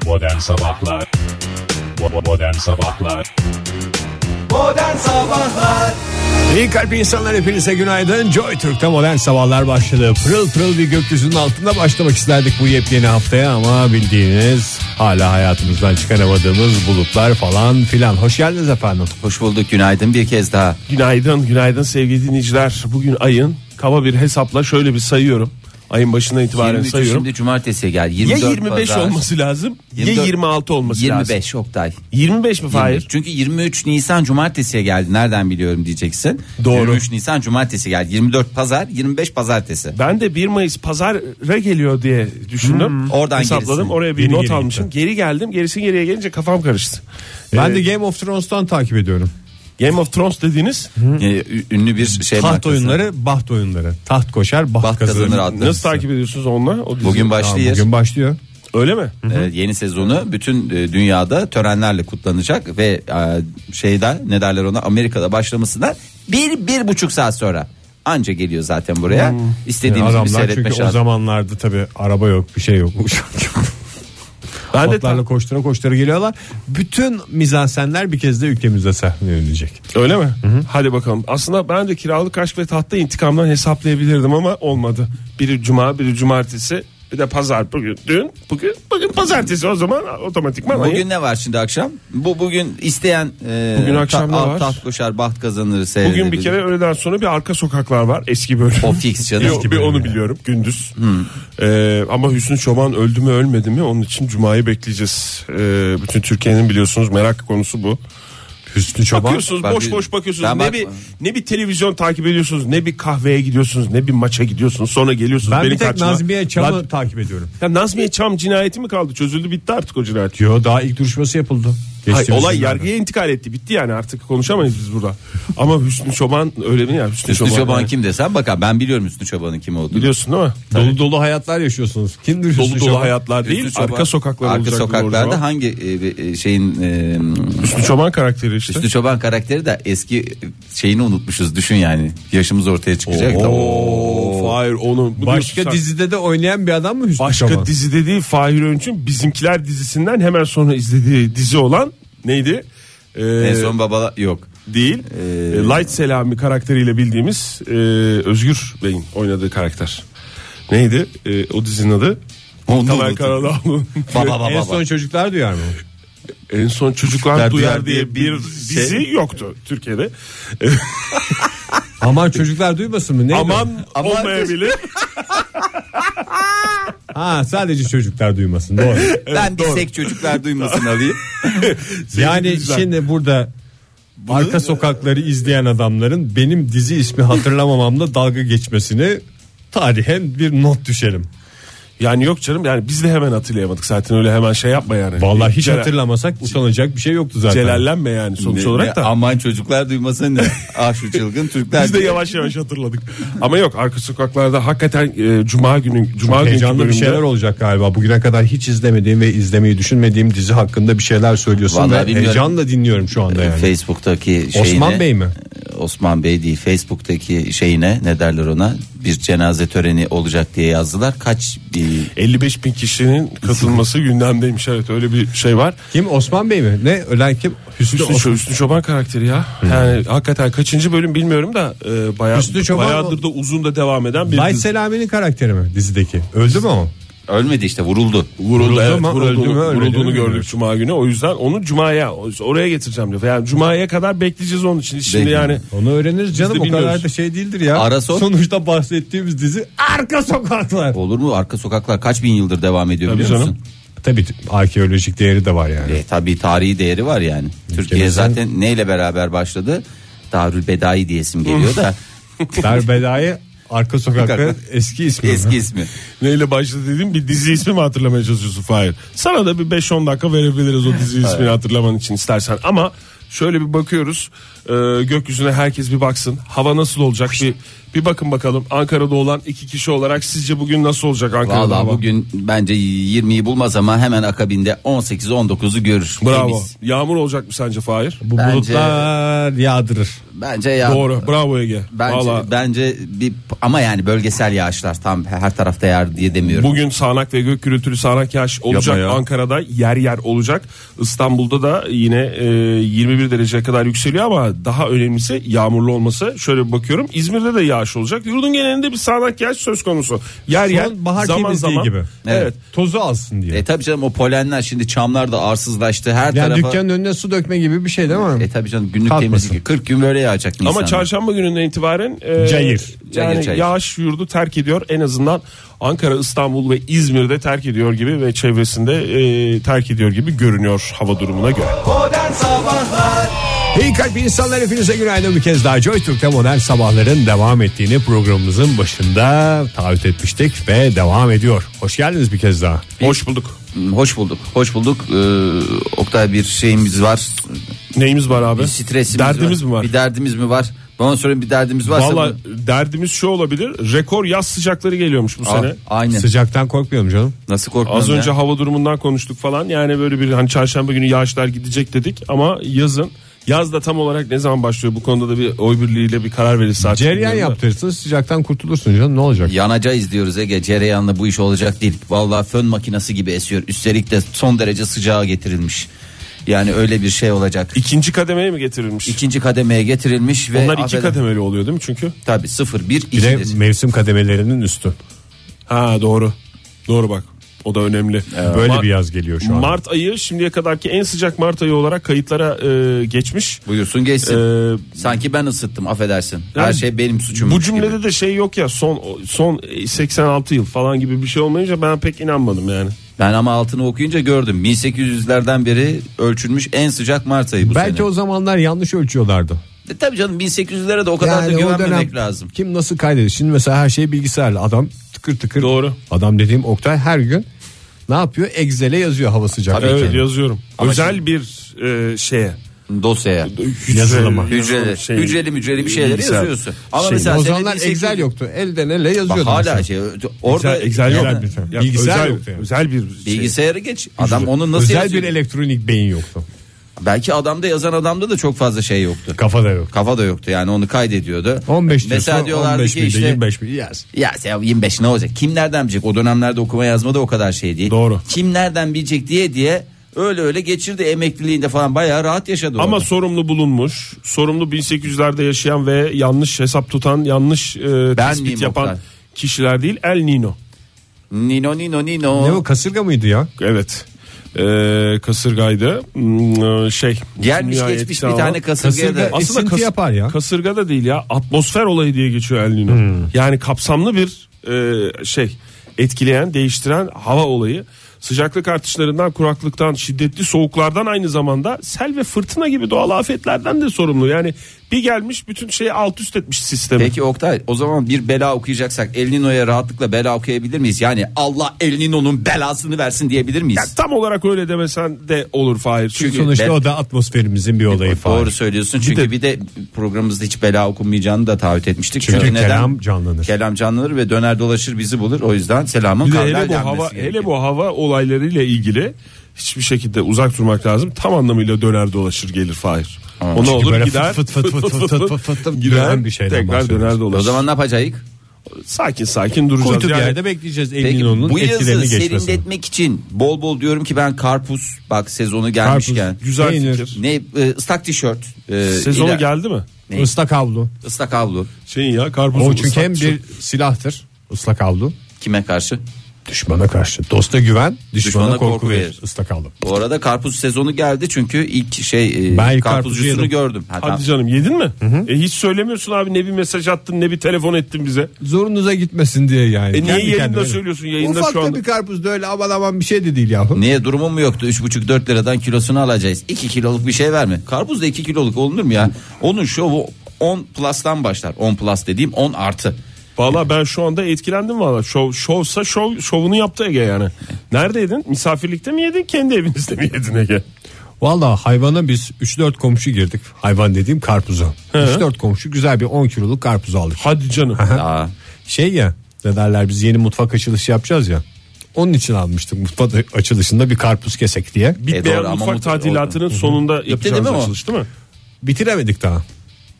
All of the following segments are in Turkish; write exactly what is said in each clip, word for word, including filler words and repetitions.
Modern Sabahlar Modern Sabahlar Modern Sabahlar İyi kalp insanlar, hepinize günaydın. Joy Türk'te Modern Sabahlar başladı. Pırıl pırıl bir gökyüzünün altında başlamak isterdik bu yepyeni haftaya ama bildiğiniz hala hayatımızdan çıkaramadığımız bulutlar falan filan. Hoş geldiniz efendim. Hoş bulduk, günaydın bir kez daha. Günaydın, günaydın sevgili dinleyiciler. Bugün ayın kaba bir hesapla şöyle bir sayıyorum. Ayın başından itibaren yirmi üç sayıyorum. Şimdi cumartesiye gel. yirmi dört ya yirmi beş pazar, olması lazım yirmi dört, ya yirmi altı olması yirmi lazım. yirmi beş Oktay. yirmi beş mi Fahir? Çünkü yirmi üç Nisan cumartesiye geldi. Nereden biliyorum diyeceksin. Doğru. yirmi üç Nisan cumartesi geldi. yirmi dört pazar, yirmi beş pazartesi. Ben de bir Mayıs pazara geliyor diye düşündüm. Hmm, oradan hesapladım. gerisi. Oraya bir Yeni not geri almışım. gitti. Geri geldim. Gerisi geriye gelince kafam karıştı. Ben Ee, de Game of Thrones'tan takip ediyorum. Game of Thrones dediğiniz Ee, ünlü bir şey Taht markası. oyunları, baht oyunları. Taht koşar, baht, Baht kazanır. kazanır adlı. nasıl takip ediyorsunuz onunla? O dizi? Bugün Aa, başlıyor. bugün başlıyor. Öyle mi? Ee, yeni sezonu bütün e, dünyada törenlerle kutlanacak ve e, şeyde ne derler ona, Amerika'da başlamasından bir bir buçuk saat sonra anca geliyor zaten buraya. Hmm. İstediğimiz Yani bir adamlar seyretme çünkü o şansı. zamanlarda tabii araba yok, bir şey yok. Ben de Botlarla koştura koştura geliyorlar. Bütün mizansenler bir kez de ülkemizde sahnelenecek. Öyle mi? Hadi bakalım. Aslında ben de Kiralık Aşk ve Taht'ta intikamdan hesaplayabilirdim ama olmadı. Biri cuma, biri cumartesi, bir de pazar. Bugün dün, bugün bugün pazartesi, o zaman otomatikman. Bugün ne var şimdi akşam? Bu bugün isteyen e, Bugün akşam ne var? Taht koşar, baht kazanır seyredebilir. Bugün bir kere öğleden sonra bir Arka Sokaklar var. Eski bölüm. O fix canım. Yok, bir onu biliyorum gündüz. Ee, ama Hüsnü Çoban öldü mü ölmedi mi, onun için Cuma'yı bekleyeceğiz. Ee, bütün Türkiye'nin biliyorsunuz merak konusu bu. Hüsnü Çoban. Bakıyorsunuz, Ben boş bir- boş bakıyorsunuz. ben Ne bak- bir ne bir televizyon takip ediyorsunuz, ne bir kahveye gidiyorsunuz, ne bir maça gidiyorsunuz. Sonra geliyorsunuz Ben benim bir tek karşıma. Nazmiye Çam'ı Lan- takip ediyorum. Ya Nazmiye Çam cinayeti mi kaldı? Çözüldü, bitti artık o cinayet. Yo, daha ilk duruşması yapıldı. Hayır, Geçtiğimiz olay günlerde. yargıya intikal etti. Bitti yani, artık konuşamayız biz burada. Ama Hüsnü Çoban öyle mi ya? Hüsnü, Hüsnü Çoban yani. kim desem bakar, ben biliyorum Hüsnü Çoban'ın kim olduğunu. Biliyorsun değil mi? Dolu dolu hayatlar yaşıyorsunuz. Kimdir Hüsnü Dolu dolu Çoban? hayatlar değil, Hüsnü Çoban- arka sokaklar Arka olacak. sokaklarda doğru hangi e, e, şeyin e, Hüsnü Çoban karakteri işte. Hüsnü Çoban karakteri de eski şeyini unutmuşuz, düşün yani. Yaşımız ortaya çıkacak da. Oo, Fahir onu Başka sen- dizide de oynayan bir adam mı Hüsnü başka Çoban? dizide değil, Fahir Öğünç'ün Bizimkiler dizisinden hemen sonra izlediği dizi olan neydi? Ee, En son baba yok. değil. Ee, Ee, Light Selami karakteriyle bildiğimiz e, Özgür Bey'in oynadığı karakter. Neydi? Ee, o dizinin adı. Onu da Tamer unuttum. Karadağlı'nın. Baba baba En baba. son Çocuklar Duyar mı? En son Çocuklar Duyar Duyar diye diye bir bir dizi şey- yoktu Türkiye'de. Aman çocuklar duymasın mı? Neydi Aman o? olmayabilir. Ha, sadece çocuklar duymasın. Doğru. Ben bir sek çocuklar duymasın alayım. Yani dinleyiciler. şimdi burada arka sokakları izleyen adamların benim dizi ismi hatırlamamamla dalga geçmesini tarihen bir not düşelim. Yani yok canım, yani biz de hemen hatırlayamadık zaten, öyle hemen şey yapma yani. Vallahi hiç Celal- hatırlamasak utanacak bir şey yoktu zaten. Celallenme yani sonuç Ne- olarak ne- da. Aman çocuklar duymasın ne? Ah şu çılgın Türkler. Biz de diye. yavaş yavaş hatırladık. Ama yok, arka sokaklarda hakikaten e, cuma günü cuma günkü Heyecanlı bir bölümde şeyler olacak galiba. Bugüne kadar hiç izlemediğim ve izlemeyi düşünmediğim dizi hakkında bir şeyler söylüyorsun Vallahi ve bilmiyorum. heyecanla dinliyorum şu anda yani. Facebook'taki şeyine. Osman Bey mi? Osman Bey değil, Facebook'taki şeyine ne derler ona, bir cenaze töreni olacak diye yazdılar. Kaç bir elli beş bin kişinin katılması gündemdeymiş, evet, öyle bir şey var. Kim, Osman Bey mi? Ne ölen kim? Hüsnü, Hüsnü, Osman. Hüsnü Çoban karakteri ya. Yani hakikaten kaçıncı bölüm bilmiyorum da e, bayağı, Hüsnü Çoban bayağıdır da uzun da devam eden bir Light dizi. Selami'nin karakteri mi dizideki? Öldü mü o? ölmedi işte, vuruldu. Vuruldu, Vuruldu evet, ama vurulduğunu, öldü mü, ölmedi vurulduğunu mi gördük bilmiyoruz. cuma günü. O yüzden onu cumaya, oraya getireceğim diyor. Yani cumaya kadar bekleyeceğiz onun için. Şimdi Bekle. yani Onu öğreniriz canım, Biz de o kadar bilmiyoruz. da şey değildir ya. Ara sor. Sonuçta bahsettiğimiz dizi Arka Sokaklar. Olur mu? Arka sokaklar kaç bin yıldır devam ediyor Tabii biliyor canım. musun? Tabii arkeolojik değeri de var yani. E, tabii tarihi değeri var yani. Türkiye zaten neyle beraber başladı? Darül Bedai diye isim geliyor da Derbeda'yı Arka Sokaklar eski ismi. eski ismi. neyle başladı dediğim bir dizi ismi mi hatırlamaya çalışıyorsun Fahir? Sana da bir beş on dakika verebiliriz o dizi ismini hatırlaman için istersen. Ama şöyle bir bakıyoruz, e, gökyüzüne herkes bir baksın. Hava nasıl olacak bir bir bakın bakalım. Ankara'da olan iki kişi olarak sizce bugün nasıl olacak Ankara'da Vallahi hava? bugün bence yirmiyi bulmaz ama hemen akabinde on sekiz on dokuzu görür. Bravo. Temiz. Yağmur olacak mı sence Fahir? Bu Bence- bulutlar yağdırır. Bence ya. Doğru. Bravo Ege. Bence, Vallahi. bence bir ama yani bölgesel yağışlar tam her tarafta yağar diye demiyorum. Bugün sağanak ve gök gürültülü sağanak yağış olacak. Ankara'da yer yer olacak. İstanbul'da da yine e, yirmi bir dereceye kadar yükseliyor ama daha önemlisi yağmurlu olması. Şöyle bir bakıyorum. İzmir'de de yağış olacak. Yurdun genelinde bir sağanak yağış söz konusu. Yer yer Son bahar zaman temizliği zaman gibi. Evet. Evet. Tozu alsın diye. E tabii canım o polenler şimdi çamlar da arsızlaştı her Yani tarafa. dükkanın önüne su dökme gibi bir şey değil mi? E tabii canım günlük Kalkmasın. temizlik kırk gün böyle yağacak Nisan'da. Ama çarşamba gününden itibaren e, Cayır. yani Cayır, cayır. yağış yurdu terk ediyor. En azından Ankara, İstanbul ve İzmir'de terk ediyor gibi ve çevresinde e, terk ediyor gibi görünüyor hava durumuna göre. Modern Sabahlar. İyi kalp insanlar, hepinize günaydın. Bir kez daha Joy Türk'te modern sabahların devam ettiğini programımızın başında taahhüt etmiştik ve devam ediyor. Hoş geldiniz bir kez daha. Hoş bulduk. Hoş bulduk. Hoş bulduk. Ee, Oktay bir şeyimiz var. Neyimiz var abi? Bir stresimiz Derdimiz var. mi var? Bir derdimiz mi var? Bana sorayım bir derdimiz varsa. Valla bu... derdimiz şu olabilir. Rekor yaz sıcakları geliyormuş bu Aa, sene. aynen. Sıcaktan korkmayalım canım. Nasıl korkmuyorum Az ya? önce hava durumundan konuştuk falan. Yani böyle bir hani çarşamba günü yağışlar gidecek dedik ama yazın yaz da tam olarak ne zaman başlıyor? Bu konuda da bir oy birliğiyle bir karar verirse artık. Cereyan bilmiyorum da. yaptırırsın, sıcaktan kurtulursun canım, ne olacak? Yanacağız diyoruz Ege. Cereyanla bu iş olacak değil. Vallahi fön makinesi gibi esiyor. Üstelik de son derece sıcağa getirilmiş. Yani öyle bir şey olacak. İkinci kademeye mi getirilmiş? İkinci kademeye getirilmiş ve Onlar iki affedersin, kademeli oluyor değil mi çünkü? tabii sıfır bir Bir de ikidir. mevsim kademelerinin üstü. Ha doğru. Doğru bak. O da önemli. Böyle Ma- bir yaz geliyor şu an. Mart ayı şimdiye kadarki en sıcak Mart ayı olarak kayıtlara e, geçmiş. Buyursun geçsin. Ee, Sanki ben ısıttım affedersin. Her yani şey benim suçum. Bu cümlede de şey yok ya son son seksen altı yıl falan gibi bir şey olmayınca ben pek inanmadım yani. Ben ama altını okuyunca gördüm. bin sekiz yüzlerden beri ölçülmüş en sıcak Mart ayı bu Belki sene. o zamanlar yanlış ölçüyorlardı. E, tabii canım bin sekiz yüzlere de o kadar da Yani o güvenmemek dönem lazım. kim nasıl kaydediyor? Şimdi mesela her şey bilgisayarla. Adam tıkır tıkır. Doğru. Adam dediğim Oktay her gün ne yapıyor? Excel'e yazıyor hava sıcaklığı. Tabii Evet ki. yazıyorum. Ama Özel şimdi- bir e, şeye Dosyaya. Yazılıma. Hücreli, Şey, hücreli mücreli bir şeyleri bilgisayar. yazıyorsun. Ama Şey, mesela O senin zamanlar bin sekiz yüz Excel yoktu. Elden ele Bak yazıyordun. hala mesela. şey orada Excel, Excel yok. Yani bir- Ya, bilgisayar özel, yoktu yani. özel bir şey. bilgisayarı geç. Adam onu nasıl Özel yazıyor? bir elektronik beyin yoktu. Belki adamda yazan adamda da çok fazla şey yoktu. Kafada yok. Kafa da yoktu yani onu kaydediyordu. on beş Mesela diyorsa diyorlardı on beş ki miydi, işte yirmi beş miydi yaz. ya sen yirmi beş ne olacak? Kim nereden bilecek? O dönemlerde okuma yazma da o kadar şey değil. Doğru. Kim nereden bilecek diye diye öyle öyle geçirdi emekliliğinde falan bayağı rahat yaşadı. Ama orada. sorumlu bulunmuş. Sorumlu bin sekiz yüzlerde yaşayan ve yanlış hesap tutan, yanlış e, tespit miyim yapan Oktay? kişiler değil. El Nino. Nino Nino Nino. Ne o, kasırga mıydı ya? Evet. E, kasırgaydı. Hmm, şey. Gelmiş dünya geçmiş etkisi bir alan- tane kasırgaya Kasırga- da. Aslında Esinti yapar ya. Kasırga da değil ya. Atmosfer olayı diye geçiyor El Nino. Hmm. Yani kapsamlı bir e, şey etkileyen, değiştiren hava olayı. Sıcaklık artışlarından, kuraklıktan, şiddetli soğuklardan aynı zamanda sel ve fırtına gibi doğal afetlerden de sorumlu. Yani bir gelmiş bütün şeyi alt üst etmiş sistemi. Peki Oktay o zaman bir bela okuyacaksak El Nino'ya rahatlıkla bela okuyabilir miyiz? Yani Allah El Nino'nun belasını versin diyebilir miyiz? Yani tam olarak öyle demesen de olur Fahir. Çünkü, Çünkü Sonuçta ben- o da atmosferimizin bir olayı falan. Doğru söylüyorsun çünkü bir de, programımızda hiç bela okunmayacağını da taahhüt etmiştik. Çünkü kelam canlanır. Kelam canlanır ve döner dolaşır bizi bulur. O yüzden selamın bir de kavlen hele bu denmesi hava gerekiyor. hele bu hava olaylarıyla ilgili hiçbir şekilde uzak durmak lazım. Tam anlamıyla döner dolaşır gelir Fahir. O ne Çünkü olur böyle gider fıt fıt fıt fıt fıt fıt fıt fıt fıt gider dönen bir şeyden tekrar bahsediyoruz. döner O dolaşır. zaman ne yapacağız? Sakin sakin duracağız. Kuytu bir Yani yerde bekleyeceğiz El Peki Nino'nun bu yazı etkilerini geçmesini. serinletmek için bol bol diyorum ki ben karpuz bak sezonu gelmişken. Karpuz, güzel peynir, fikir. Ne e, ıslak tişört. e, Sezonu iler- geldi mi? Ne? Islak havlu. Islak havlu. Şeyin ya karpuz. O çünkü hem bir silahtır. Islak havlu. Kime karşı? Düşmana karşı. Dosta güven, düşmana, Düşmana korku, korku verir. verir. Islak havlu. Bu arada karpuz sezonu geldi çünkü ilk şey e, Ben ilk karpuzu karpuzcusunu yedim. gördüm. Ha, tamam. Hadi canım yedin mi? E hiç söylemiyorsun abi, ne bir mesaj attın ne bir telefon ettin bize. Zorunuza gitmesin diye yani. E niye Kendi yayında kendime. söylüyorsun, yayında Ufak şu da anda. bir karpuz da öyle aman aman bir şey de değil yahu. Niye durumum mu yoktu? üç buçuk dört liradan kilosunu alacağız. iki kiloluk bir şey verme. Karpuz da iki kiloluk olunur mu ya? Onun şovu on plus'tan başlar. on plus dediğim on artı. Valla ben şu anda etkilendim valla. Şov, şovsa şov, şovunu yaptı Ege yani. Neredeydin? Misafirlikte mi yedin? Kendi evinizde mi yedin Ege? Valla hayvana biz üç dört komşu girdik. Hayvan dediğim karpuza. üç dört komşu güzel bir on kiloluk karpuz aldık. Hadi canım. Aa, Şey ya, ne derler, biz yeni mutfak açılışı yapacağız ya. Onun için almıştık mutfak açılışında bir karpuz kesek diye. Bitmeyen E doğru, ama mutfak mutfak- tadilatının sonunda yapacağımız değil mi o? açılış değil mi? Bitiremedik daha.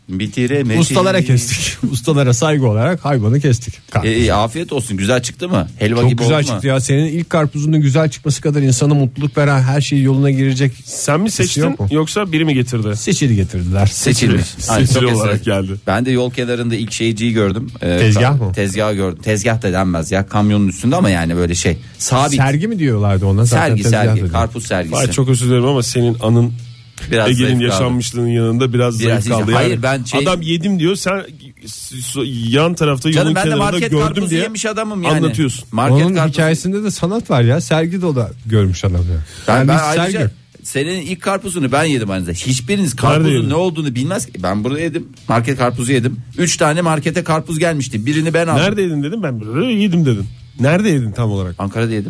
Bitiremedim. Ustalara kestik. Ustalara saygı olarak hayvanı kestik. E, e, afiyet olsun. Güzel çıktı mı? Helva Çok gibi güzel oldu çıktı mu? ya. Senin ilk karpuzunun güzel çıkması kadar insana mutluluk veren, her şey yoluna girecek. Sen mi seçtin yok mu? yoksa biri mi getirdi? Seçili getirdiler. Seçilmiş. Ay, Seçili çok olarak eser. geldi. Ben de yol kenarında ilk şeyciyi gördüm. Ee, Tezgah ka- mı? Tezgah gördüm. Tezgah da denmez ya, kamyonun üstünde ama yani böyle şey. Sabit. Sergi mi diyorlardı ona? Zaten sergi tezgah sergi. dedi. Karpuz sergisi. Ay, çok özür dilerim ama senin anın Biraz Ege'nin zayıf kaldı. yaşanmışlığının yanında biraz, Biraz zayıf kaldı. iyi. Hayır, Yani ben şey- adam yedim diyor, sen yan tarafta Canım yolun ben de kenarında market gördüm karpuzu diye yemiş adamım yani. anlatıyorsun. Market Onun karpuzu. hikayesinde de sanat var ya. Sergi de o da görmüş adam ya. Ben, Yani ben bir ayrıca sergi. senin ilk karpuzunu ben yedim aynı zamanda. Hiçbiriniz karpuzun yedin? ne olduğunu bilmez ki. Ben burada yedim. Market karpuzu yedim. Üç tane markete karpuz gelmişti. Birini ben aldım. Nerede yedin dedim, ben böyle yedim dedim. Nerede yedin tam olarak? Ankara'da yedim.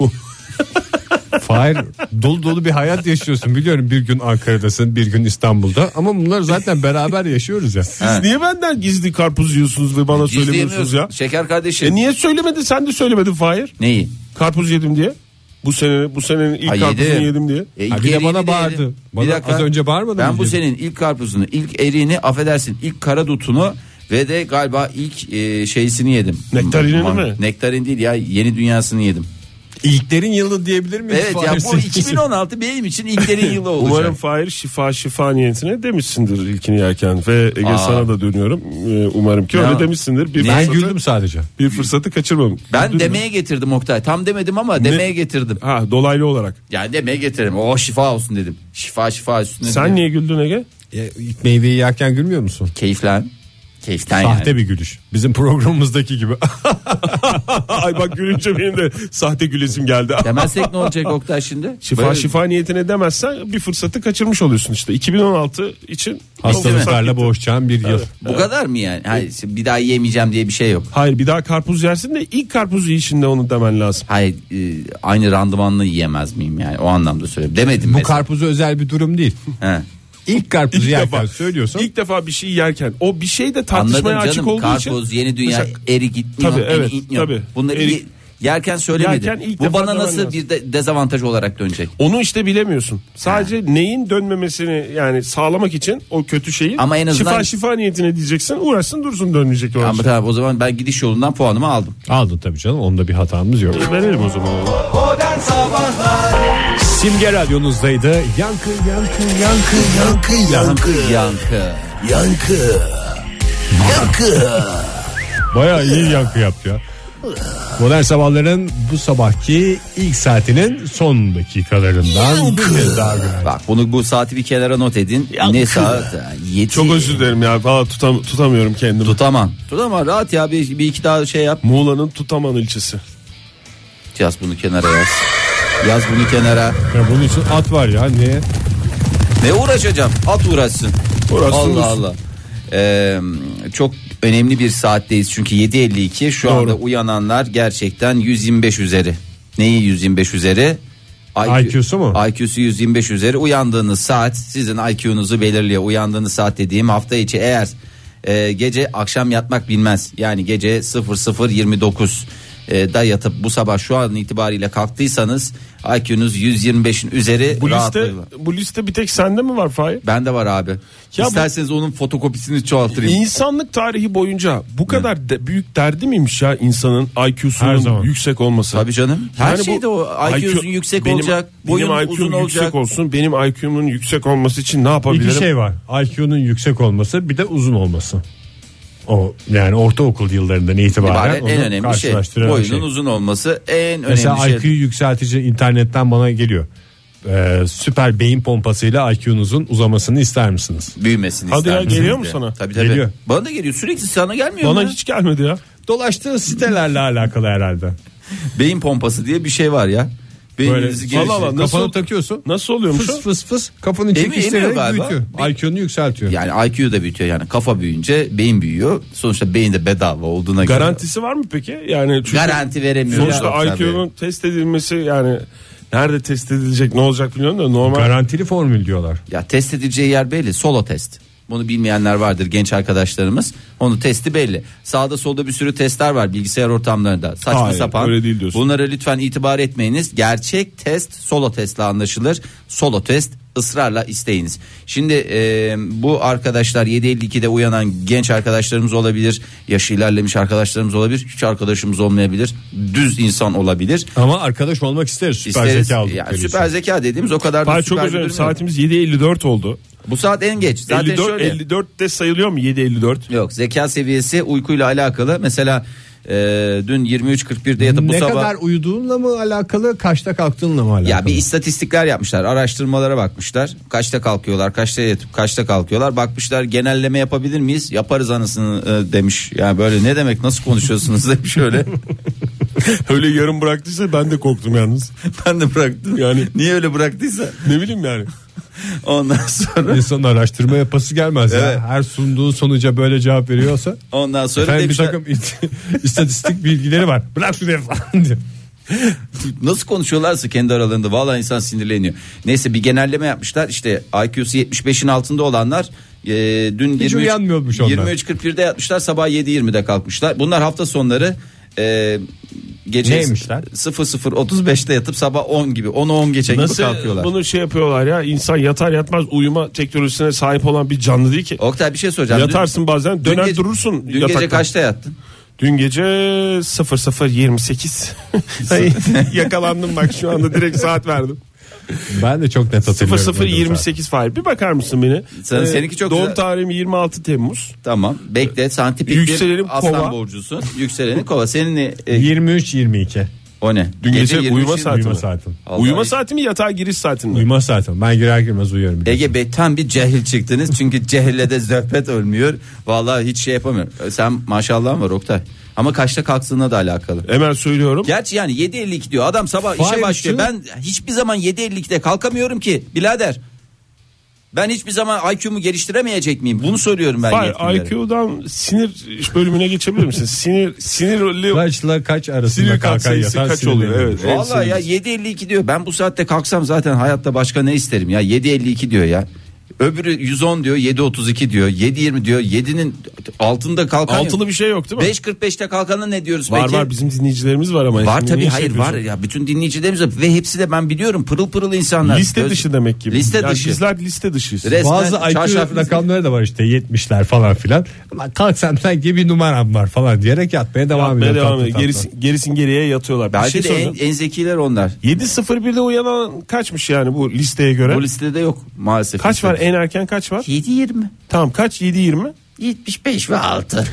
Fahir, dolu dolu bir hayat yaşıyorsun. Biliyorum, bir gün Ankara'dasın, bir gün İstanbul'da. Ama bunları zaten beraber yaşıyoruz ya. Siz niye benden gizli karpuz yiyorsunuz ve bana söylemiyorsunuz ya? Şeker kardeşim. E niye söylemedin, sen de söylemedin Fahir. Neyi? Karpuz yedim diye. Bu sene bu senenin ilk Ha, karpuzunu yedim. yedim diye. E, Ha, ilk bir de eriğini bana de bağırdı. yedim. Bana Bir dakika. az önce bağırmadın Ben mı bu dedim? senin ilk karpuzunu, ilk eriğini, affedersin, ilk karadutunu ve de galiba ilk e, şeysini yedim. Nektarinini Man- mi? Nektarin değil ya, yeni dünyasını yedim. İlklerin yılı diyebilir miyiz? Evet Fahir ya, bu senin için? iki bin on altı benim için ilklerin yılı olacak. Umarım Fahir şifa şifa niyetine demişsindir ilkini yerken ve Ege Aa. sana da dönüyorum. Ee, umarım ki Ya. öyle demişsindir. Bir Ben fırsatı, güldüm sadece. bir fırsatı kaçırmam. Ben Güldün mü? demeye getirdim Oktay. Tam demedim ama demeye getirdim. Ha, dolaylı olarak. Yani demeye getirdim. O şifa olsun dedim. Şifa şifa üstüne. Sen dedim. niye güldün Ege? Ya, ilk meyveyi yerken gülmüyor musun? Keyiflen. Keyiften Sahte yani. bir gülüş. Bizim programımızdaki gibi. Ay bak, gülünce benim de sahte gülesim geldi. Demezsek ne olacak Oktay şimdi? Şifa Böyle- şifa niyetine demezsen bir fırsatı kaçırmış oluyorsun işte. iki bin on altı için Hastalıklarla gitti. boğuşacağın bir yıl. Bu kadar mı yani? Hayır, bir daha yiyemeyeceğim diye bir şey yok. Hayır, bir daha karpuz yersin de ilk karpuz yiyişinde onu demen lazım. Hayır, e, aynı randımanla yiyemez miyim yani, o anlamda söylüyorum. Demedim Bu mesela. karpuzu özel bir durum değil. He. İlk karpuzu İlk yerken defa söylüyorsun. İlk defa bir şey yerken o bir şey de Anladım tartışmaya açık canım, olduğu karpuz, için. yeni dünya, Mesela- erik gitmiyor, Tabii, evet, erik gitmiyor. tabii. Bunları Erik- ye- yerken söylemedim. Yerken ilk Bu defa bana demen nasıl lazım. bir de dezavantaj olarak dönecek? Onu işte bilemiyorsun. Sadece neyin dönmemesini yani sağlamak için o kötü şeyi Ama en azından- şifa şifa niyetine diyeceksin. Uğraşsın dursun, dönmeyecek o Ama şey. tamam, o zaman ben gidiş yolundan puanımı aldım. Aldın tabii canım, onda bir hatamız yok. Verelim o zaman. Modern Sabahlar Simge radyonuzdaydı. Yankı yankı yankı yankı Yankı yankı. Yankı Yankı Bayağı iyi yankı yaptı ya. Modern Sabahların bu sabahki ilk saatinin son dakikalarından bir kez daha günaydın. Bak, bunu, bu saati bir kenara not edin. Ne saat? Yedi. Çok özür dilerim ya. Valla tutam, tutamıyorum kendimi. Tutamam. Tutamam, rahat ya, bir, bir iki daha şey yap. Muğla'nın Tutaman ilçesi. Yaz bunu kenara yaz. Yaz bunu kenara. Ya bunun için at var ya, niye? Ne uğraşacağım? At uğraşsın. Uğraşsın, Allah uğraşsın. Allah. Ee, çok önemli bir saatteyiz çünkü yedi elli iki şu Doğru. anda uyananlar gerçekten yüz yirmi beş üzeri. Neyi yüz yirmi beş üzeri? I Q'su mu? I Q'su yüz yirmi beş üzeri. Uyandığınız saat sizin I Q'nuzu belirliyor. Uyandığınız saat dediğim, hafta içi eğer e, gece akşam yatmak bilmez. Yani gece sıfır sıfır yirmi dokuz e, da yatıp bu sabah şu an itibariyle kalktıysanız I Q'nuz yüz yirmi beşin üzeri. Bu liste, rahatlıkla. bu liste bir tek sende mi var Fahir? Bende var abi. Ya İsterseniz onun fotokopisini çoğaltırayım. İnsanlık tarihi boyunca bu kadar de, büyük derdi miymiş ya insanın I Her Q'sunun zaman. yüksek olması? Tabii canım. Her Yani bu şeyde o I Q'sun I Q yüksek benim- olacak. Benim Boyun I Q'm uzun yüksek olacak. olsun. Benim I Q'mun yüksek olması için ne yapabilirim? İki şey var. I Q'nun yüksek olması, bir de uzun olması. O yani ortaokul yıllarından itibaren İbare onu en önemli şey. karşılaştıran Boyunun şey. uzun olması en önemli Mesela şey. I Q'yu yükseltici internetten bana geliyor. Ee, süper beyin pompasıyla I Q'nuzun uzamasını ister misiniz? Büyümesini Hadi ister ya, misiniz geliyor mu diye. sana? Tabii tabii. Geliyor. Bana da geliyor. Sürekli sana gelmiyor mu? Bana ya? hiç gelmedi ya. Dolaştığın sitelerle alakalı herhalde. Beyin pompası diye bir şey var ya. Böyle Beyninizi geliştirir. Allah Allah, kafanı nasıl- takıyorsun. Nasıl oluyormuş Fıs o? fıs fıs kafanın Emi- emiyor çekiştirerek galiba. büyütüyor. I Q'nu yükseltiyor. Yani I Q'yu da büyütüyor, yani kafa büyüyünce beyin büyüyor. Sonuçta beyin de bedava olduğuna göre. Garantisi var mı peki? Yani çünkü Garanti veremiyorum. sonuçta Ya, I Q'nun test edilmesi, yani nerede test edilecek, ne olacak bilmiyorum da normal. Garantili formül diyorlar. Ya test edileceği yer belli. Solo test. Bunu bilmeyenler vardır, genç arkadaşlarımız. Onun testi belli. Sağda solda bir sürü testler var bilgisayar ortamlarında. Saçma Hayır, sapan. öyle değil diyorsun. Bunlara lütfen itibar etmeyiniz. Gerçek test solo testle anlaşılır. Solo test ısrarla isteyiniz. Şimdi e, bu arkadaşlar yedi elli ikide uyanan genç arkadaşlarımız olabilir, yaşı ilerlemiş arkadaşlarımız olabilir, hiç arkadaşımız olmayabilir, düz insan olabilir. Ama arkadaş olmak isteriz süper İsteriz. zeka oldukları Yani için. süper zeka dediğimiz o kadar da Hayır, süper çok özür bir dilerim, durum yok. saatimiz yedi elli dört oldu. Bu saat en geç. Zaten elli dört, şöyle. elli dörtte sayılıyor mu yedi elli dört? Yok, zeka seviyesi uykuyla alakalı. Mesela e, dün yirmi üç kırk birde yatıp bu Ne sabah. kadar uyuduğunla mı alakalı, kaçta kalktığınla mı alakalı? Ya bir istatistikler yapmışlar, araştırmalara bakmışlar. Kaçta kalkıyorlar, kaçta yatıp kaçta kalkıyorlar. Bakmışlar, genelleme yapabilir miyiz? Yaparız anasını e, demiş. Yani böyle ne demek, nasıl konuşuyorsunuz demiş öyle. Öyle yarım bıraktıysa ben de korktum yalnız. Ben de bıraktım. Yani niye öyle bıraktıysa. ne bileyim yani. Ondan sonra İnsanın araştırma yapası gelmez Evet. ya. Her sunduğu sonuca böyle cevap veriyorsa. ondan sonra Efendim bir demişler, takım istatistik bilgileri var. Bırak şunu falan diyor. nasıl konuşuyorlarsa kendi aralarında vallahi insan sinirleniyor. Neyse, bir genelleme yapmışlar. İşte I Q'su yetmiş beşin altında olanlar e, dün Hiç uyanmıyormuş onlar. yirmi üç kırk birde yatmışlar, sabah yedi yirmide kalkmışlar. Bunlar hafta sonları e, gece Neymişler? sıfır sıfır otuz beşte yatıp sabah on gibi on on geçe gibi Nasıl kalkıyorlar. bunu şey yapıyorlar ya, insan yatar yatmaz uyuma teknolojisine sahip olan bir canlı değil ki. Oktay, bir şey soracağım. Yatarsın bazen, dün döner gece- durursun Dün yatakta. gece kaçta yattın? Dün gece sıfır sıfır yirmi sekiz. Ay, yakalandım bak, şu anda direkt saat verdim. Ben de çok net sıfır hatırlıyorum. sıfır yirmi sekiz Fahir, bir bakar mısın beni? Sen- seninki çok Doğum güzel. tarihim yirmi altı Temmuz. Tamam, bekle, sen tipik bir Yükselenim aslan kova. burcusun. Yükselenin kova. Senin ne? E, yirmi üç yirmi iki. o ne? Dün gece yirmi üç, uyuma yirmi- saati Uyuma mi? saatim. Allah Uyuma Allah. saati mi, yatağa giriş saati mi? Uyuma saatim. Ben girer girmez uyuyorum. Ege Bey, tam bir cehil çıktınız. Çünkü cehille de zöhbet ölmüyor. Vallahi hiç şey yapamıyorum. Sen maşallah var Oktay. Ama kaçta kalktığına da alakalı. Hemen söylüyorum. Gerçi yani yedi elli iki diyor. Adam sabah işe Hayır, başlıyor. şu- Ben hiçbir zaman yedi elli ikide kalkamıyorum ki birader. Ben hiçbir zaman I Q'mu geliştiremeyecek miyim? Bunu soruyorum ben Hayır, yetkililere. I Q'dan sinir bölümüne geçebilir misin? Sinir sinirli Kaçla kaç arasında sinir kat kalkan sayısı yatan kaç oluyor? sinirlenir. Evet. en Vallahi ya sinirlisi. yedi elli iki diyor. Ben bu saatte kalksam zaten hayatta başka ne isterim ya? yedi elli iki diyor ya. Öbürü yüz on diyor, yedi otuz iki diyor, yedi yirmi diyor. yedinin altında kalkan yok. Altılı bir şey yok değil mi? beş kırk beşte kalkana ne diyoruz Var peki? var, bizim dinleyicilerimiz var ama. Var Şimdi tabii, niye hayır şey var yapıyorsun? ya, bütün dinleyicilerimiz var ve hepsi de ben biliyorum pırıl pırıl insanlar. Liste Göz- dışı demek ki. Liste Yani dışı. bizler liste dışıyız. Resmen Bazı I Q çarşaf- rakamları da var işte yetmişler falan filan. Ama kalksam sanki bir numaram var falan diyerek yatmaya devam Yapmaya ediyor. devam tatlı ediyor. tatlı. Gerisi, gerisin geriye yatıyorlar. Bir Belki şey de en, soracağım. en zekiler onlar. yedi sıfır birde uyanan kaçmış yani bu listeye göre? Bu listede yok maalesef. Kaç var, listede. en erken kaç var? yedi yirmi. Tamam, kaç? yedi yirmi. yetmiş beş ve altı.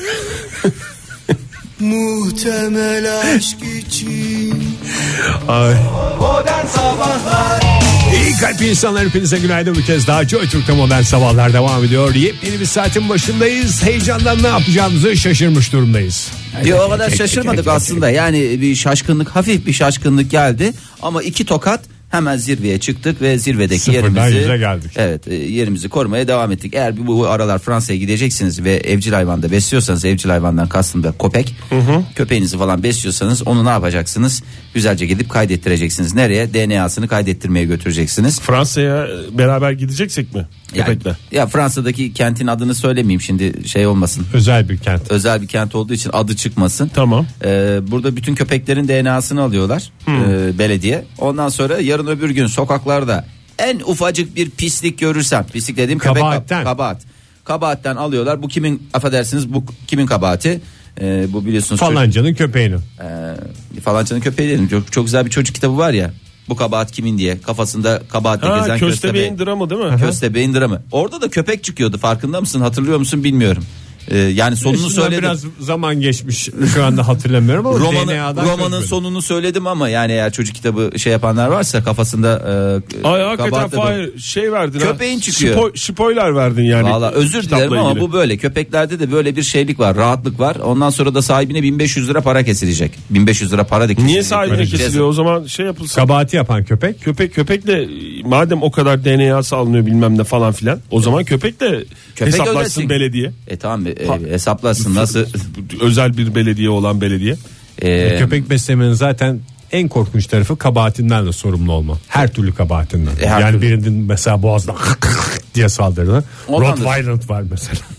Muhtemel aşk için Ay. Modern Sabahlar. İyi kalp insanlar, hepinize günaydın bir kez daha. Joy Türk'te modern sabahlar devam ediyor. Yepyeni bir saatin başındayız. Heyecandan ne yapacağımızı şaşırmış durumdayız. Yo, o kadar şaşırmadık aslında. Yani bir şaşkınlık, hafif bir şaşkınlık geldi. Ama iki tokat hemen zirveye çıktık ve zirvedeki Sıfırdan yerimizi yüze geldik. Evet, e, yerimizi korumaya devam ettik. Eğer bu, bu aralar Fransa'ya gideceksiniz ve evcil hayvanda besliyorsanız, evcil hayvandan kastım da köpek. Köpeğinizi falan besliyorsanız onu ne yapacaksınız? Güzelce gidip kaydettireceksiniz. Nereye? D N A'sını kaydettirmeye götüreceksiniz. Fransa'ya beraber gideceksek mi? Yani, Köpekle. ya Fransa'daki kentin adını söylemeyeyim şimdi, şey olmasın. Özel bir kent. Özel bir kent olduğu için adı çıkmasın. Tamam. Ee, burada bütün köpeklerin D N A'sını alıyorlar ee, belediye. Ondan sonra yarın öbür gün sokaklarda en ufacık bir pislik görürsem, pislik dediğim köpek Kabahatten. kabahat. Kabahatten alıyorlar. Bu kimin, affedersiniz, bu kimin kabahati? Ee, bu biliyorsunuz Falancanın köpeğini. çocuk- e, falancanın köpeği değil mi? Çok, çok güzel bir çocuk kitabı var ya. Bu kabahat kimin diye, kafasında kabahatle Ha, gezen Köstebeğin köstebe. dramı değil mi? Köstebeğin dramı. Orada da köpek çıkıyordu, farkında mısın, hatırlıyor musun bilmiyorum. Ee, yani sonunu Üstünden söyledim. biraz zaman geçmiş, şu anda hatırlamıyorum ama Romanı, D N A'dan romanın çözmedim. sonunu söyledim ama yani eğer çocuk kitabı şey yapanlar varsa kafasında e, Ay hakikaten kabahatle dolu. Fahir, şey verdin ha. Köpeğin çıkıyor. Spo- spoiler verdin yani. Valla özür kitapla dilerim ama ilgili. bu böyle. Köpeklerde de böyle bir şeylik var, rahatlık var. Ondan sonra da sahibine bin beş yüz lira para kesilecek. bin beş yüz lira para da kesilecek. Niye sahibine Böyle kesiliyor o zaman, şey yapılsın. Kabahati yapan köpek. Köpek köpekle, madem o kadar D N A'sı alınıyor bilmem ne falan filan, o zaman köpekle Köpek hesaplaşsın ödesin. belediye. E tamam, e, hesaplasın nasıl. Özel bir belediye olan belediye. E, Köpek beslemenin zaten en korkunç tarafı kabahatinden de sorumlu olma. Her türlü kabahatinden. E, her yani türlü. birinin mesela boğazdan diye saldırdı. Ondan da- Rottweiler var mesela.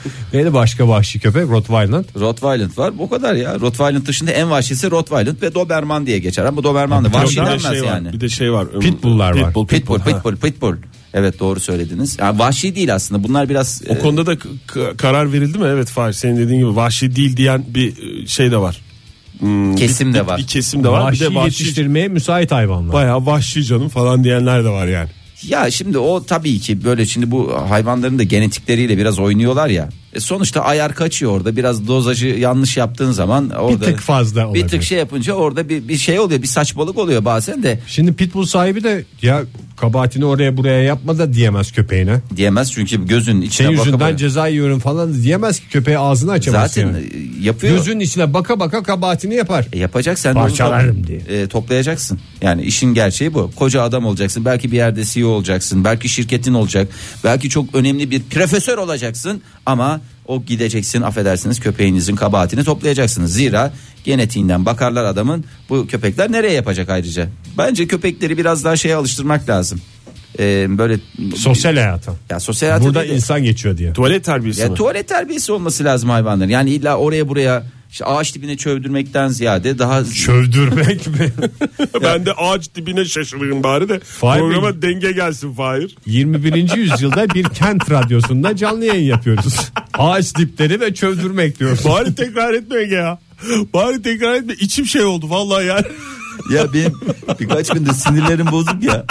Neydi başka vahşi köpek? Rottweiler. Rottweiler var. O kadar ya. Rottweiler dışında en vahşisi Rottweiler ve Doberman diye geçer. Ama bu Doberman da vahşi Bir de denmez şey var, yani. Bir de şey var. Pitbull'lar var. Pitbull, Pitbull, pitbull. pitbull, pitbull. Evet doğru söylediniz. Yani vahşi değil aslında. Bunlar biraz O e, konuda da k- karar verildi mi? Evet Fahir, senin dediğin gibi vahşi değil diyen bir şey de var. Hmm, kesim bir, de bir, var. Bir kesim de var. Vahşi, bir de vahşi yetiştirmeye müsait hayvanlar. bayağı vahşi canım falan diyenler de var yani. Ya şimdi o tabii ki böyle şimdi bu hayvanların da genetikleriyle biraz oynuyorlar ya. E sonuçta ayar kaçıyor orada. Biraz dozajı yanlış yaptığın zaman orada tık fazla bir olabilir. tık şey yapınca orada bir, bir şey oluyor. Bir saçmalık oluyor bazen de. Şimdi pitbull sahibi de ya kabahatini oraya buraya yapma da diyemez köpeğine. Diyemez çünkü gözün içine Senin baka yüzünden baka. ceza yiyorum falan da diyemez ki, köpeğe ağzını açamaz. Zaten yani. e, yapıyor. Gözün içine baka baka kabahatini yapar. E, yapacak sen de onu Parçalarım top- diye. e, toplayacaksın. Yani işin gerçeği bu. Koca adam olacaksın. Belki bir yerde C E O olacaksın. Belki şirketin olacak. Belki çok önemli bir profesör olacaksın ama o gideceksin, affedersiniz, köpeğinizin kabahatini toplayacaksınız. Zira genetiğinden bakarlar adamın, bu köpekler nereye yapacak ayrıca. Bence köpekleri biraz daha şeye alıştırmak lazım. Ee, böyle Sosyal hayata. ya sosyal hayata Burada değil de- insan geçiyor diye. Tuvalet terbiyesi ya mi? tuvalet terbiyesi olması lazım hayvanların. Yani illa oraya buraya işte ağaç dibine çövdürmekten ziyade daha Çövdürmek mi? Ben de ağaç dibine şaşırayım bari de Fahir programa Bey- denge gelsin Fahir. yirmi birinci yüzyılda bir kent radyosunda canlı yayın yapıyoruz. Ağaç dipleri ve çövdürmek diyoruz. Bari tekrar etme Ege ya. Bari tekrar etme. İçim şey oldu vallahi yani. ya benim birkaç gündür sinirlerim bozuk ya.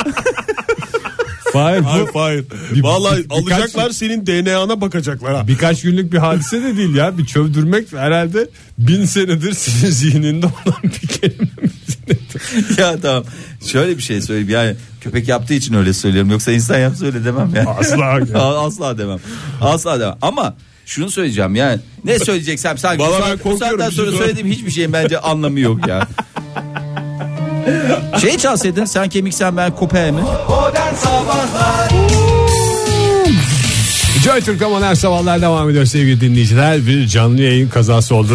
Fahir, Hayır bu Fahir. Bir- Vallahi bir- alacaklar birkaç- senin D N A'na bakacaklar ha. birkaç günlük bir hadise de değil ya. Bir çövdürmek herhalde bin senedir senin zihninde olan bir kelime. ya tamam. Şöyle bir şey söyleyeyim. Yani köpek yaptığı için öyle söylüyorum. Yoksa insan yapsa öyle demem ya. Asla. Asla demem. Asla demem. Ama şunu söyleyeceğim yani. Ne söyleyeceksem sanki Vallahi bu ben saat- bu korkuyorum saatten sonra şimdi. söylediğim hiçbir şeyin bence anlamı yok ya. Şey çalsaydın, sen kemiksen ben köpeğim mi? Modern Sabahlar Joy Türk'te modern sabahlar devam ediyor sevgili dinleyiciler. Bir canlı yayın kazası oldu.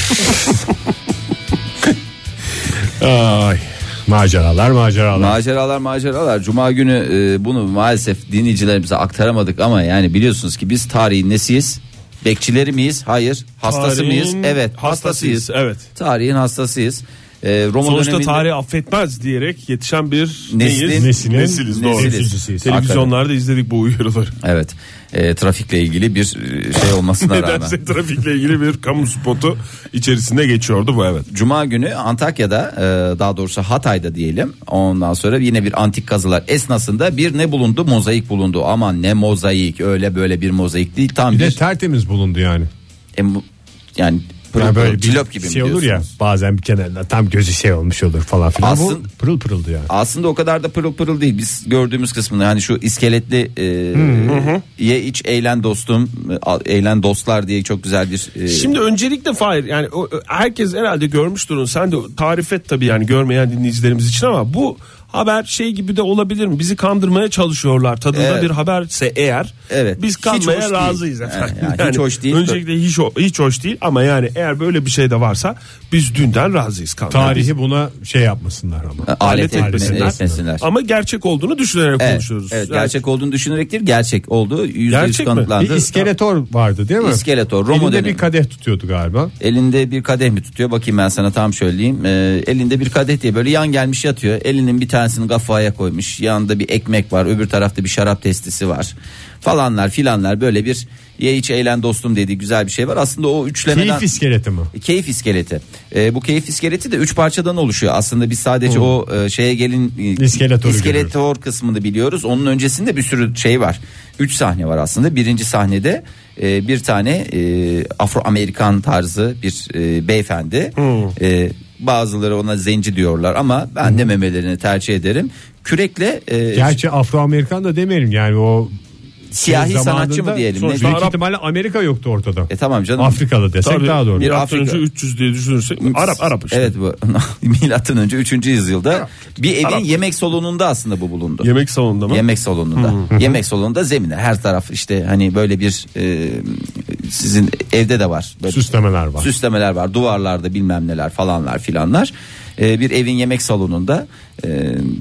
Ay, maceralar maceralar. Maceralar maceralar. Cuma günü e, bunu maalesef dinleyicilerimize aktaramadık ama yani biliyorsunuz ki biz tarihin nesiyiz? Bekçileri miyiz? Hayır. Hastası Tarihin mıyız? Evet. hastasıyız, Hastasıyız. evet. Tarihin hastasıyız. E, Roma Sonuçta döneminde tarih affetmez diyerek yetişen bir Neslin- neyiz? Neslin- Nesiliz doğru. Nesilcisiyiz. Televizyonlarda izledik bu uyarıları. Evet. E, trafikle ilgili bir e, şey olmasına rağmen. Nedense trafikle ilgili bir kamu spotu içerisinde geçiyordu bu, evet. Cuma günü Antakya'da, e, daha doğrusu Hatay'da diyelim. Ondan sonra yine bir antik kazılar esnasında bir ne bulundu? Mozaik bulundu. Aman ne mozaik, öyle böyle bir mozaik değil. Tam Bir bir, de tertemiz bulundu yani. e, mu- yani pırıl Yani pırıl, böyle bir cillop gibi mi şey olur ya, diyorsunuz? bazen bir kenarında tam gözü şey olmuş olur falan filan. Aslında- Bu pırıl pırıldı yani. Aslında o kadar da pırıl pırıl değil. Biz gördüğümüz kısmında yani şu iskeletli e, ye iç eğlen dostum, e, eğlen dostlar diye çok güzel bir e, Şimdi öncelikle Fahir, yani o, herkes herhalde görmüştür onu. Sen de tarif et tabii yani görmeyen dinleyicilerimiz için, ama bu haber şey gibi de olabilir mi? Bizi kandırmaya çalışıyorlar tadında Evet. bir haberse eğer. Evet. Biz Hiç kanmaya hoş değil. razıyız Yani- efendim. yani hiç hoş değil. Öncelikle hiç ho- hiç hoş değil, ama yani eğer böyle bir şey de varsa biz dünden razıyız kanmaya. Tarihi buna şey yapmasınlar ama. alet alet etmesinler. etmesinler. etmesinler. Ama gerçek olduğunu düşünerek Evet, konuşuyoruz. evet, Yani gerçek olduğunu düşünerek değil, gerçek olduğu yüzde yüz Gerçek mi? kanıtlandı. Bir iskeletor vardı değil mi? İskeletor, Roma Elinde dönemi. bir kadeh tutuyordu galiba. Elinde bir kadeh mi tutuyor? Bakayım ben sana tam söyleyeyim. Ee, elinde bir kadeh diye böyle yan gelmiş yatıyor. Elinin bir tanesini kafaya koymuş. Yanında bir ekmek var. Öbür tarafta bir şarap testisi var. Falanlar filanlar, böyle bir ye iç eğlen dostum dediği güzel bir şey var. Aslında o üçlemeden... Keyif iskeleti mi? Keyif iskeleti. Ee, bu keyif iskeleti de üç parçadan oluşuyor. Aslında biz sadece o e, şeye gelin e, İskeletoru iskeletor kısmını biliyoruz. Onun öncesinde bir sürü şey var. Üç sahne var aslında. Birinci sahnede e, bir tane e, Afro-Amerikan tarzı bir e, beyefendi. E, bazıları ona zenci diyorlar ama ben dememelerini tercih ederim. Kürekle e, Gerçi Afro-Amerikan da demeyelim yani, o siyahi şey sanatçı mı zamanında diyelim? Ne? sonuçta büyük Arap- ihtimalle Amerika yoktu ortada. E tamam canım. Afrikalı desek tabii, daha doğru. Bir milattan Afrika- önce üç yüz diye düşünürsek Arap Arap işte. Evet bu milattan önce üçüncü yüzyılda bir evin Arap. yemek salonunda aslında bu bulundu. Yemek salonunda mı? Yemek salonunda. Yemek salonunda zemine her taraf işte hani böyle bir e, sizin evde de var. Böyle Süslemeler var. süslemeler var. Duvarlarda bilmem neler falanlar filanlar. E, bir evin yemek salonunda e,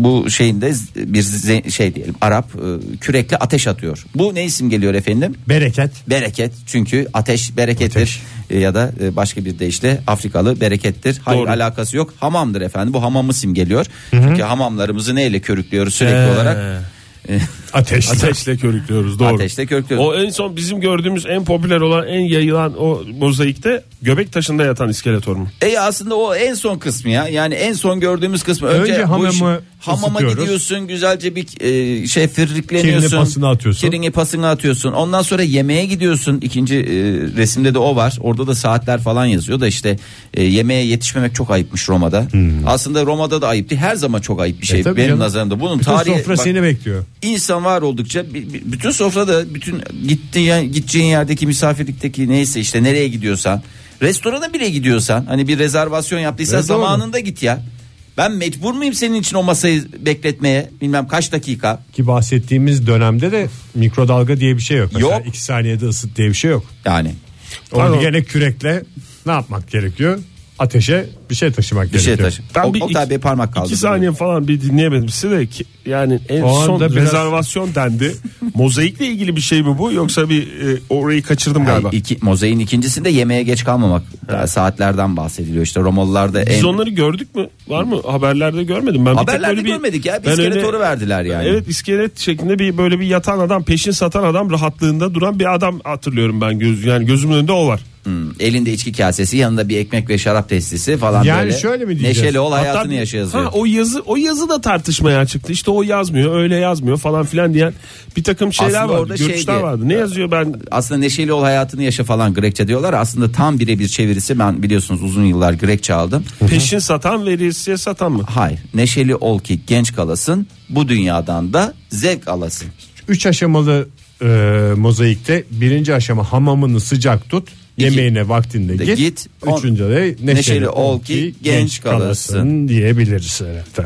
bu şeyinde bir şey diyelim Arap e, kürekle ateş atıyor. Bu ne isim geliyor efendim? Bereket. Bereket, çünkü ateş berekettir. Ateş. E, ya da e, başka bir deyişle Afrikalı berekettir. Hayır, Doğru. alakası yok. Hamamdır efendim. Bu hamamı simgeliyor. Hı-hı. Çünkü hamamlarımızı neyle körüklüyoruz sürekli ee. olarak? Ateşle. Ateşle körüklüyoruz, doğru. Ateşle körüklüyoruz. O en son bizim gördüğümüz en popüler olan, en yayılan o mozaikte göbek taşında yatan iskeletor mu? E aslında o en son kısmı ya. Yani en son gördüğümüz kısmı. Önce, Önce hamamı hamama gidiyorsun, güzelce bir e, şey firrikleniyorsun. Kirini pasını atıyorsun. Kirini pasını atıyorsun. Ondan sonra yemeğe gidiyorsun. İkinci e, resimde de o var. Orada da saatler falan yazıyor da işte e, yemeğe yetişmemek çok ayıpmış Roma'da. Hmm. Aslında Roma'da da ayıp değil. Her zaman çok ayıp bir şey. E, Benim canım. nazarımda. Bunun bütün tarihi sofra bak, seni bekliyor. İnsan var oldukça bütün sofrada, bütün gittiğin gideceğin yerdeki misafirlikteki neyse işte nereye gidiyorsan, restorana bile gidiyorsan, hani bir rezervasyon yaptıysan evet, zamanında doğru. git ya. Ben mecbur muyum senin için o masayı bekletmeye bilmem kaç dakika? Ki bahsettiğimiz dönemde de mikrodalga diye bir şey yok. Mesela yok. iki saniyede ısıt diye bir şey yok. Yani. Onu gene kürekle ne yapmak gerekiyor? Ateşe bir şey taşımak bir gerekiyor. Şey taşı. Ben o, bir, o iki, bir parmak kaldı. iki saniye falan bir dinleyemedim size de ki, yani en o son biraz... rezervasyon dendi. Mozaikle ilgili bir şey mi bu, yoksa bir e, orayı kaçırdım galiba. Hayır, iki, mozaiğin ikincisinde yemeğe geç kalmamak. Evet. Saatlerden bahsediliyor işte Romalılarda. Biz en... onları gördük mü? Var mı? Haberlerde görmedim. Ben Haberlerde bir görmedik ya. Bir iskeletoru öyle, verdiler yani. Evet, iskelet şeklinde bir böyle bir yatan adam, peşin satan adam, rahatlığında duran bir adam hatırlıyorum ben, göz yani gözümün önünde o var. Hmm, elinde içki kasesi, yanında bir ekmek ve şarap testisi falan, yani böyle. Şöyle mi diyeceğiz? Neşeli ol, hayatını yaşa yazıyor. Ha, o yazı o yazı da tartışmaya çıktı. İşte o yazmıyor, öyle yazmıyor falan filan diyen bir takım şeyler aslında vardı. Görüşler şeydi, vardı. Ne yazıyor ben? Aslında neşeli ol, hayatını yaşa falan Grekçe diyorlar. Aslında tam birebir çevirisi, ben biliyorsunuz uzun yıllar Grekçe aldım. Peşin satan, veresiye satan mı? Hayır. Neşeli ol ki genç kalasın, bu dünyadan da zevk alasın. Üç aşamalı e, mozaikte birinci aşama hamamını sıcak tut. Yemeğine vaktinde git. git Üçüncü de neşeli, neşeli ol ki genç kalasın, kalasın diyebiliriz. Evet.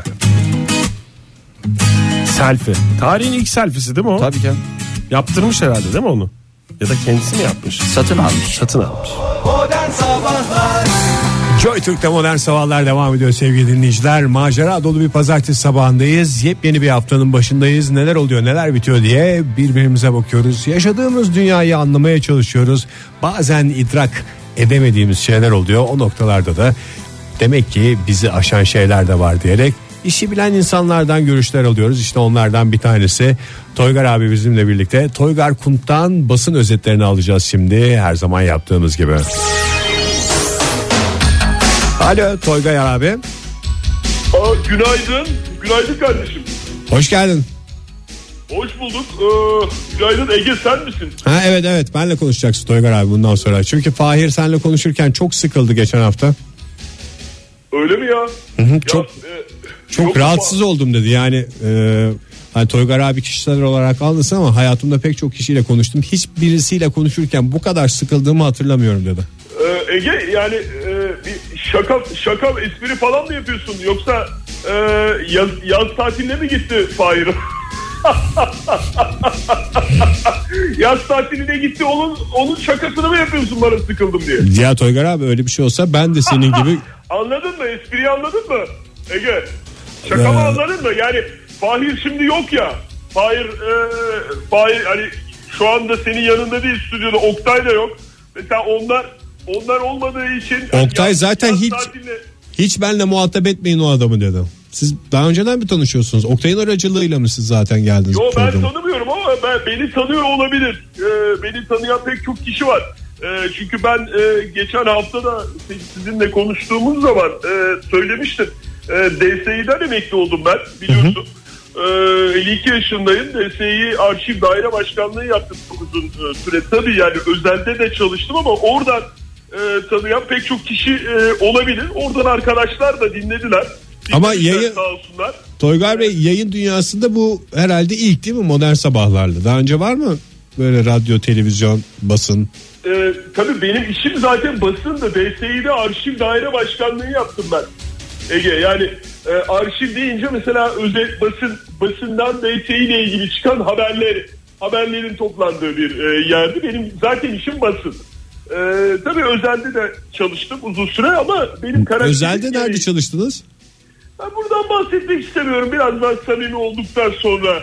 Selfie. Tarihin ilk selfiesi değil mi o? Tabii canım. Yaptırmış herhalde değil mi onu? Ya da kendisi mi yapmış? Satın almış. Satın almış. Modern Sabahlar. Joy Türk'te Modern Sabahlar devam ediyor sevgili dinleyiciler. Macera dolu bir pazartesi sabahındayız. Yepyeni bir haftanın başındayız. Neler oluyor, neler bitiyor diye birbirimize bakıyoruz. Yaşadığımız dünyayı anlamaya çalışıyoruz. Bazen idrak edemediğimiz şeyler oluyor. O noktalarda da demek ki bizi aşan şeyler de var diyerek işi bilen insanlardan görüşler alıyoruz. İşte onlardan bir tanesi Toygar abi bizimle birlikte. Toygar Kunt'tan basın özetlerini alacağız şimdi, her zaman yaptığımız gibi. Alo Toygar abi. Aa, günaydın. Günaydın kardeşim. Hoş geldin. Hoş bulduk. Ee, günaydın Ege, sen misin? Ha, evet evet benle konuşacaksın Toygar abi bundan sonra. Çünkü Fahir seninle konuşurken çok sıkıldı geçen hafta. Öyle mi ya? Hı hı, ya çok e, çok rahatsız ama... oldum dedi. Yani e, hani Toygar abi kişisel olarak almasın ama hayatımda pek çok kişiyle konuştum. Hiçbirisiyle konuşurken bu kadar sıkıldığımı hatırlamıyorum dedi. Ee, Ege yani e, bir şaka şaka espri falan mı yapıyorsun, yoksa e, yaz, yaz tatiline mi gitti Fahir? Yaz tatiline gitti, onun onun şakasını mı yapıyorsun bana sıkıldım diye? Ya Toygar abi öyle bir şey olsa ben de senin gibi. Anladın mı? Espriyi anladın mı Ege? Şaka mı anladın mı? Yani Fahir şimdi yok ya. Fahir e, Fahir hani şu anda senin yanında değil, stüdyoda Oktay da yok. Mesela onlar onlar olmadığı için Oktay yani zaten hiç tatiline... hiç benimle muhatap etmeyin o adamı dedim. Siz daha önceden mi tanışıyorsunuz? Oktay'ın aracılığıyla mı siz zaten geldiniz? Yok ben tanımıyorum ama ben, beni tanıyor olabilir. Ee, beni tanıyan pek çok kişi var. Ee, çünkü ben e, geçen hafta da sizinle konuştuğumuz zaman e, söylemiştim. E, D S İ'den emekli oldum ben, biliyorsun. Hı hı. E, elli iki yaşındayım. D S İ Arşiv Daire Başkanlığı yaptım çok uzun e, süre. Tabii yani özelde de çalıştım ama oradan e, tanıyan pek çok kişi e, olabilir. Oradan arkadaşlar da dinlediler. Ama yayın Toygar Bey, yayın dünyasında bu herhalde ilk değil mi Modern Sabahlar'la? Daha önce var mı böyle radyo, televizyon, basın? Ee, tabii benim işim zaten basındı. D S İ'de Arşiv Daire Başkanlığı yaptım ben Ege. Yani e, arşiv deyince mesela özel basın basından D S İ ile ilgili çıkan haberler, haberlerin toplandığı bir e, yerdi. Benim zaten işim basın. E, tabii özelde de çalıştım uzun süre ama benim karakterim... Özelde nerede çalıştınız? Ben buradan bahsetmek istemiyorum. Biraz daha samimi olduktan sonra.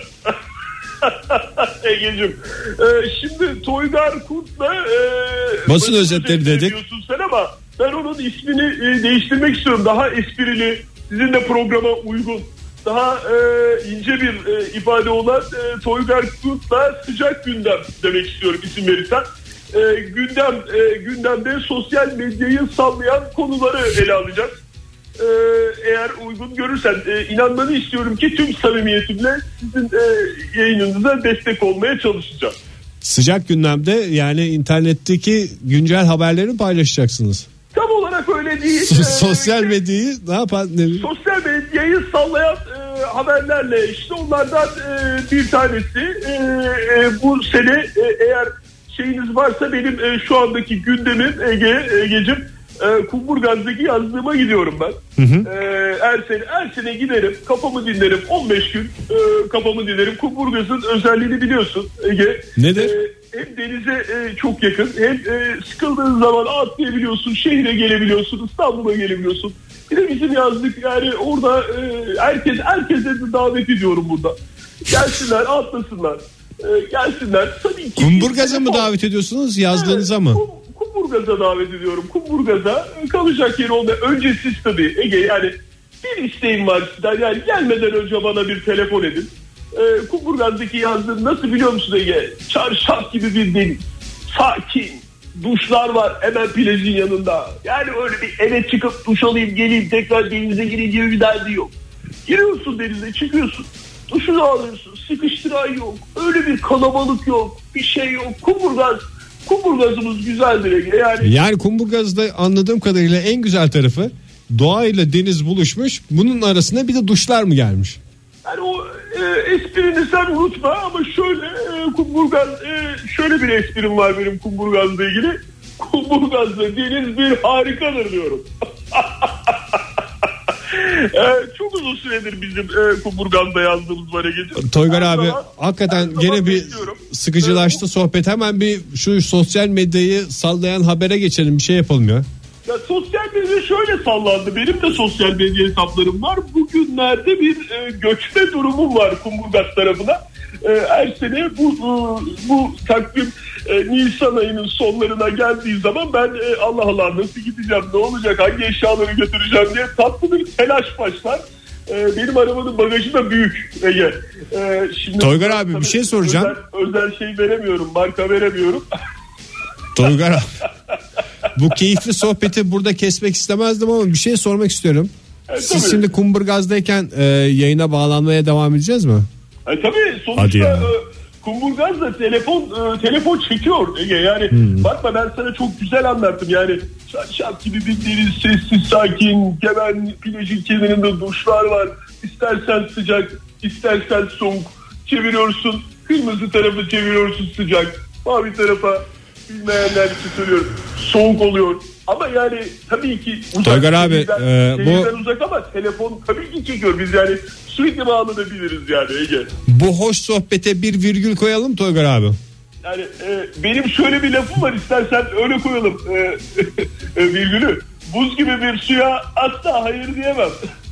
Egeciğim. Ee, şimdi Toygar Kurt'la e, basın özetleri dedik. Diyorsun sen ama ben onun ismini e, değiştirmek istiyorum. Daha esprili, sizin de programa uygun, daha e, ince bir e, ifade olan e, Toygar Kurt'la sıcak gündem demek istiyorum isim verirsen. E, gündem e, gündemde sosyal medyayı sallayan konuları ele alacağız. E, eğer uygun görürsen e, inanmanı istiyorum ki tüm samimiyetimle sizin e, yayınınıza destek olmaya çalışacağım. Sıcak gündemde yani internetteki güncel haberleri mi paylaşacaksınız? Tam olarak öyle değil. Sosyal medyayı ne yapan? Sosyal medyayı sallayan e, haberlerle işte onlardan e, bir tanesi e, e, bu sene e, eğer şeyiniz varsa benim e, şu andaki gündemim Ege Ege'cim e, Kumburgaz'daki yazlığıma gidiyorum ben. Hı hı. E, her sene her sene giderim, kafamı dinlerim, on beş gün e, kafamı dinlerim. Kumburgaz'ın özelliğini biliyorsun Ege. Nedir? E, hem denize e, çok yakın, hem e, sıkıldığın zaman atlayabiliyorsun, şehre gelebiliyorsun, İstanbul'a gelebiliyorsun. Bir de bizim yazlık yani orada e, herkes herkese de davet ediyorum burada. Gelsinler, atlasınlar. E, gelsinler. Tabii ki. Kumburgaz'a mı davet ediyorsunuz, yazlığınıza evet, mı? Kum, Kumburgaz'a davet ediyorum. Kumburgaz'a kalacak yer olmayan. Önce siz tabii Ege yani bir isteğim var sizden. Yani gelmeden önce bana bir telefon edin. E, Kumburgaz'daki yazlığım nasıl biliyor musun Ege? Çarşaf gibi bir deniz. Sakin. Duşlar var hemen plajın yanında. Yani öyle bir eve çıkıp duş alayım geleyim tekrar denize gireyim gibi bir derdi yok. Giriyorsun denize, çıkıyorsun. Duşunu alıyorsun. Sıkıştıran yok. Öyle bir kalabalık yok. Bir şey yok. Kumburgaz. Kumburgaz'ımız güzeldir Ege. Yani, yani Kumburgaz'da anladığım kadarıyla en güzel tarafı doğayla deniz buluşmuş. Bunun arasına bir de duşlar mı gelmiş? Yani o e, esprini sen unutma ama şöyle e, Kumburgaz e, şöyle bir esprim var benim Kumburgaz'la ilgili. Kumburgaz'da deniz bir harikadır diyorum. e, çok uzun süredir bizim e, Kumburgaz'da yazdığımız var Ege'ciğim. Toygar abi zaman, hakikaten gene bir bekliyorum. Sıkıcılaştı sohbet. Hemen bir şu sosyal medyayı sallayan habere geçelim, bir şey yapalım ya. Ya sosyal medya şöyle sallandı. Benim de sosyal medya hesaplarım var. Bugünlerde bir e, göçme durumum var Kumburgaz tarafına. E, her sene bu e, bu takvim e, Nisan ayının sonlarına geldiği zaman ben e, Allah Allah nasıl gideceğim, ne olacak, hangi eşyaları götüreceğim diye tatlı bir telaş başlar. E, benim arabanın bagajı da büyük Ege. E, şimdi Toygar abi bir şey soracağım. Özel, özel şey veremiyorum, marka veremiyorum. Toygar abi. Bu keyifli sohbeti burada kesmek istemezdim ama bir şey sormak istiyorum. E, Siz şimdi Kumburgaz'dayken e, yayına bağlanmaya devam edeceğiz mi? E, tabii sonuçta e, Kumburgaz'da telefon e, telefon çekiyor Ege. Yani hmm. bakma ben sana çok güzel anlattım. Yani çarşaf gibi bir deniz, sessiz sakin, hemen plajın kenarında duşlar var. İstersen sıcak, istersen soğuk. Çeviriyorsun, kırmızı tarafı çeviriyorsun sıcak, mavi tarafa bilmeyenler için söylüyorum soğuk oluyor. Ama yani tabii ki uzak. Toygar abi e, bu uzak ama telefon tabii ki çekiyor. Biz yani sürekli bağlanabiliriz yani Ege. Bu hoş sohbete bir virgül koyalım Toygar abi. Yani e, benim şöyle bir lafım var, istersen öyle koyalım e, e, virgülü. Buz gibi bir suya asla hayır diyemem.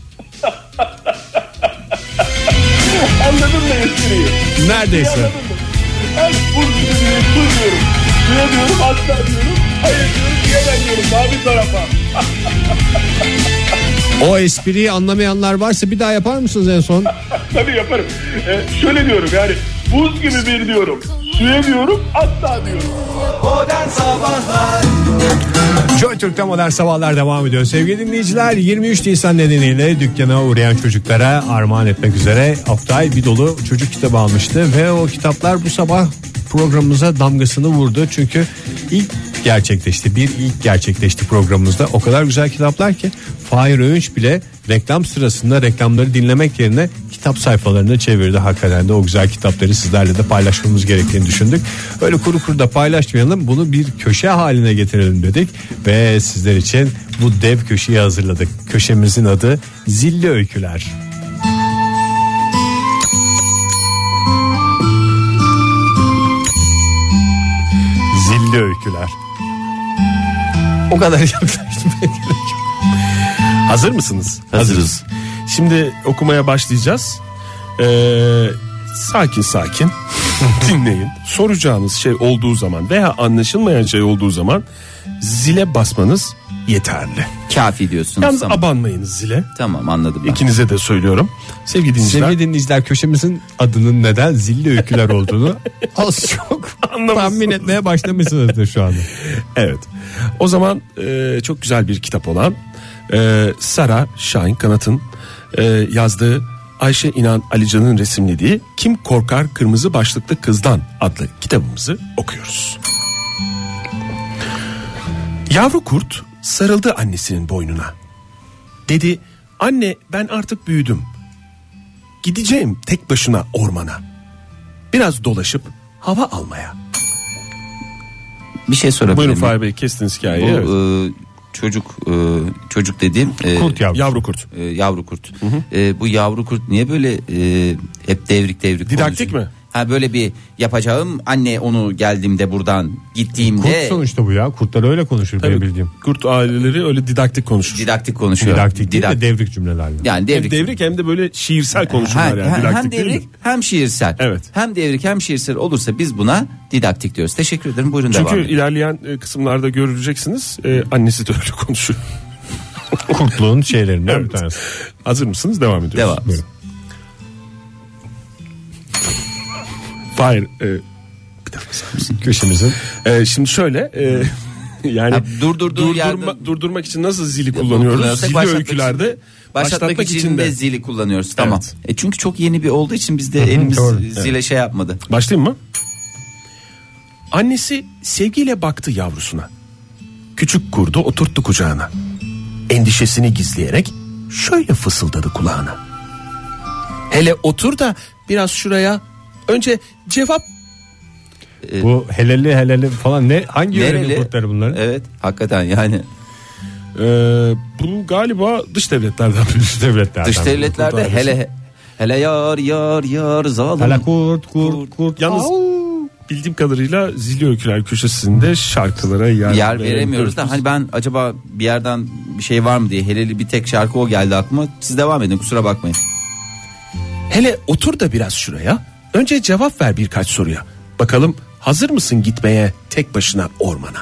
Anladın mı espriyi? Neredeyse. Ben buz gibi bir su diyorum. Suya diyorum, asla diyorum. Hayır diyorum, diyemem diyorum. Mavi tarafa. O espriyi anlamayanlar varsa bir daha yapar mısınız en son? Tabii yaparım. Ee, şöyle diyorum yani buz gibi bir diyorum. Suya diyorum, asla diyorum. Modern Sabahlar. Joy Türk'te Modern Sabahlar devam ediyor. Sevgili dinleyiciler, yirmi üç Nisan nedeniyle dükkana uğrayan çocuklara armağan etmek üzere Oktay bir dolu çocuk kitabı almıştı. Ve o kitaplar bu sabah programımıza damgasını vurdu. Çünkü ilk gerçekleşti. Bir ilk gerçekleşti programımızda. O kadar güzel kitaplar ki Fahir Öğünç bile reklam sırasında reklamları dinlemek yerine kitap sayfalarını çevirdi. Hakikaten de o güzel kitapları sizlerle de paylaşmamız gerektiğini düşündük. Öyle kuru kuru da paylaşmayalım, bunu bir köşe haline getirelim dedik ve sizler için bu dev köşeyi hazırladık. Köşemizin adı Zilli Öyküler. Zilli Öyküler. O kadar yaklaştım. Hazır mısınız? Hazırız. Şimdi okumaya başlayacağız. Ee, sakin sakin dinleyin. Soracağınız şey olduğu zaman veya anlaşılmayan şey olduğu zaman zile basmanız yeterli. Kafi diyorsunuz. Yalnız tamam. abanmayınız zile. Tamam, anladım ben. İkinize de söylüyorum. Sevgili dinleyiciler. Sevgili dinleyiciler, köşemizin adının neden zilli öyküler olduğunu az çok tahmin etmeye başlamışsınızdır şu anda. Evet. O zaman e, çok güzel bir kitap olan e, Sara Şahin Kanat'ın e, yazdığı, Ayşe İnan Alican'ın resimlediği Kim Korkar Kırmızı Başlıklı Kızdan adlı kitabımızı okuyoruz. Yavru kurt sarıldı annesinin boynuna. Dedi, anne ben artık büyüdüm. Gideceğim tek başına ormana. Biraz dolaşıp hava almaya. Bir şey sorabilir Buyurun miyim? Fahir Bey, kestiniz Bu hikayeyi. Evet. e, çocuk e, çocuk dediğim e, Kurt yavru. Yavru kurt. e, yavru kurt. E, bu yavru kurt niye böyle e, hep devrik devrik Didaktik konuşuyor? mi? Ha, böyle bir yapacağım anne onu geldiğimde buradan gittiğimde Kurt sonuçta bu ya. Kurtlar öyle konuşur benim bildiğim. Kurt aileleri öyle didaktik konuşur. didaktik konuşuyor. Didaktik değil Didak- de devrik cümlelerle. Yani Hem devrik. devrik hem de böyle şiirsel Ha, konuşurlar yani. ha, Didaktik hem değil devrik mi? hem şiirsel. Evet. Hem devrik hem şiirsel olursa biz buna didaktik diyoruz. Teşekkür ederim. Buyurun Çünkü devam edin. ilerleyen e, kısımlarda göreceksiniz. E, annesi de öyle konuşuyor. Kurtluğun şeylerinden Evet. bir tanesi. Hazır mısınız? Devam ediyoruz. Devam. Buyurun. Hayır. E, bir dakika. Köşemizin. E, şimdi şöyle. E, yani Ha, durdurduğu durdurma, yerden- durdurmak için nasıl zili kullanıyoruz? Kullanırsak Zili başlatmak öykülerde için- Başlatmak, için de zili kullanıyoruz. Tamam. Evet. E çünkü çok yeni bir olduğu için bizde elimiz doğru. zile şey yapmadı. Başlayayım mı? Annesi sevgiyle baktı yavrusuna. Küçük kurdu oturttu kucağına. Endişesini gizleyerek şöyle fısıldadı kulağına. Hele otur da biraz şuraya. Önce cevap. Bu helali helali falan ne? Hangi yörenin Nereli? kurtları bunların? Evet, hakikaten yani Ee, bu galiba dış devletlerden bir Dış devletlerden. dış devletlerde ailesi. hele hele yar yar yar zalim. Hala kurt kurt kurt. Yalnız Au. bildiğim kadarıyla Zilli Öyküler köşesinde şarkılara yer, yer veremiyoruz da hani ben acaba bir yerden bir şey var mı diye heleli bir tek şarkı o geldi aklıma. Siz devam edin, kusura bakmayın. Hele otur da biraz şuraya. Önce cevap ver birkaç soruya. Bakalım hazır mısın gitmeye tek başına ormana?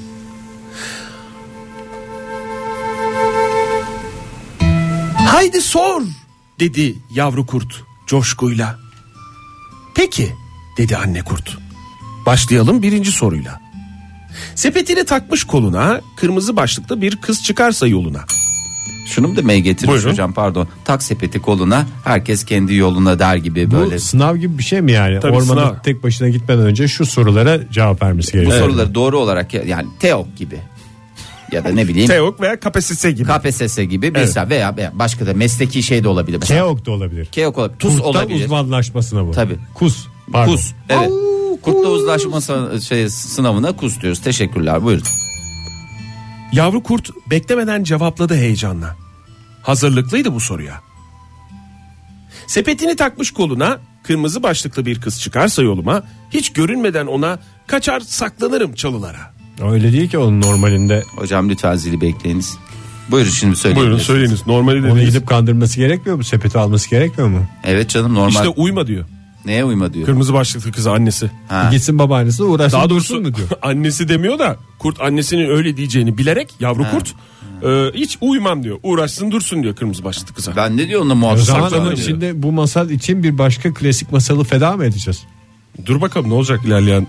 Haydi sor dedi yavru kurt coşkuyla. Peki dedi anne kurt. Başlayalım birinci soruyla. Sepetini takmış koluna, kırmızı başlıklı bir kız çıkarsa yoluna. Şunu mu demeye getirmiş Buyurun. hocam, pardon. Tak sepeti koluna, herkes kendi yoluna der gibi Bu böyle. sınav gibi bir şey mi yani? Tabii Ormana sınav. tek başına gitmeden önce şu sorulara cevap vermesi Bu gerekiyor. soruları doğru olarak yani TEOK gibi ya da ne bileyim Teok veya K P S S gibi. K P S S gibi mesela veya, veya başka da mesleki şey de olabilir. Mesela Keok da olabilir. KEOK olabilir. TUS Kurtta olabilir. uzmanlaşma sınavı. Tabii. Kus. Pardon. KUS. Evet. Kurtla uzlaşma sa- şey, sınavına KUS diyoruz. Teşekkürler. Buyurun. Yavru kurt beklemeden cevapladı heyecanla. Hazırlıklıydı bu soruya. Sepetini takmış koluna, kırmızı başlıklı bir kız çıkarsa yoluma, hiç görünmeden ona kaçar saklanırım çalılara. Öyle değil ki onun normalinde. Hocam lütfen zili bekleyiniz. Buyurun şimdi söyleyin. Buyurun söyleyiniz. Normali Onu dediğiniz. gidip kandırması gerekmiyor mu? Sepeti alması gerekmiyor mu? Evet canım, normal. İşte uyma diyor. Neye uyma diyor. Kırmızı başlıklı kızı annesi. Ha. Gitsin babaannesi uğraşsın Daha dursun doğrusu mu diyor. annesi demiyor da kurt annesinin öyle diyeceğini bilerek yavru kurt e, hiç uymam diyor. Uğraşsın dursun diyor kırmızı başlıklı kıza. Ben ne diyor onunla O muhabbet zaman saklanır ama diyor. şimdi bu masal için bir başka klasik masalı feda mı edeceğiz? Dur bakalım ne olacak ilerleyen.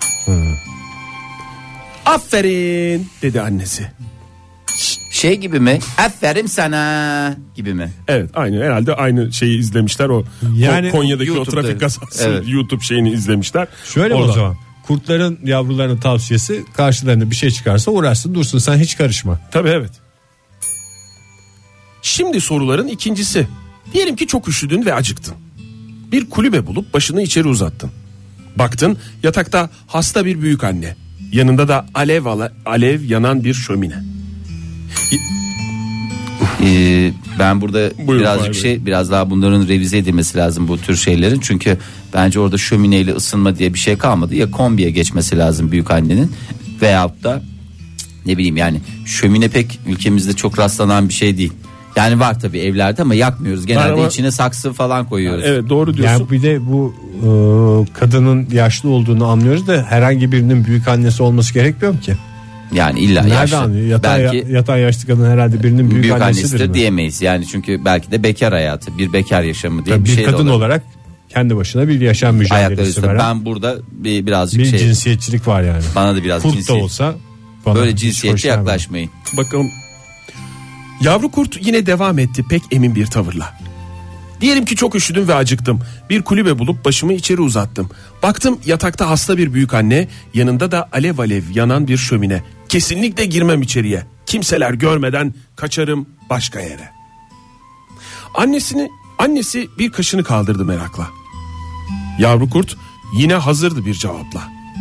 Aferin dedi annesi. Şey gibi mi? Aferin sana gibi mi? Evet aynı herhalde aynı şeyi izlemişler o Yani Ko- Konya'daki YouTube'da. o trafik kazası Evet. YouTube şeyini izlemişler. Şöyle mi o Orada. zaman? Kurtların yavrularının tavsiyesi, karşılarında bir şey çıkarsa uğraşsın dursun, sen hiç karışma. Tabii evet. Şimdi soruların ikincisi. Diyelim ki çok üşüdün ve acıktın. Bir kulübe bulup başını içeri uzattın. Baktın yatakta hasta bir büyük anne. Yanında da alev ala- alev yanan bir şömine. Ee, ben burada Buyurun birazcık Fahri şey biraz daha bunların revize edilmesi lazım bu tür şeylerin. Çünkü bence orada şömineyle ısınma diye bir şey kalmadı. Ya kombiye geçmesi lazım büyük annenin veyahut da ne bileyim yani şömine pek ülkemizde çok rastlanan bir şey değil. Yani var tabii evlerde ama yakmıyoruz. Genelde ama- içine saksı falan koyuyoruz. Evet doğru diyorsun. Yani bir de bu e, kadının yaşlı olduğunu anlıyoruz da herhangi birinin büyük annesi olması gerekmiyor mu ki? Yani illa Nerede yaşlı. anlıyor? Yatan, Belki yatan yaşlı kadın herhalde birinin büyük, büyük annesidir, annesidir mi? diyemeyiz. Yani çünkü belki de bekar hayatı, bir bekar yaşamı diye Tabii bir bir şey de kadın olabilir. olarak kendi başına bir yaşam Ayakları mücadelesi üstüne. veren Ben burada bir birazcık bir şey cinsiyetçilik var yani. bana da biraz Kurt da cinsiyet. olsa bana Böyle hiç cinsiyetçi hoş gelmedi. yaklaşmayın. Bakalım. Yavru kurt yine devam etti pek emin bir tavırla. Diyelim ki çok üşüdüm ve acıktım. Bir kulübe bulup başımı içeri uzattım. Baktım yatakta hasta bir büyük anne, yanında da alev alev yanan bir şömine. Kesinlikle girmem içeriye. Kimseler görmeden kaçarım başka yere. Annesini, annesi bir kaşını kaldırdı merakla. Yavru kurt yine hazırdı bir cevapla.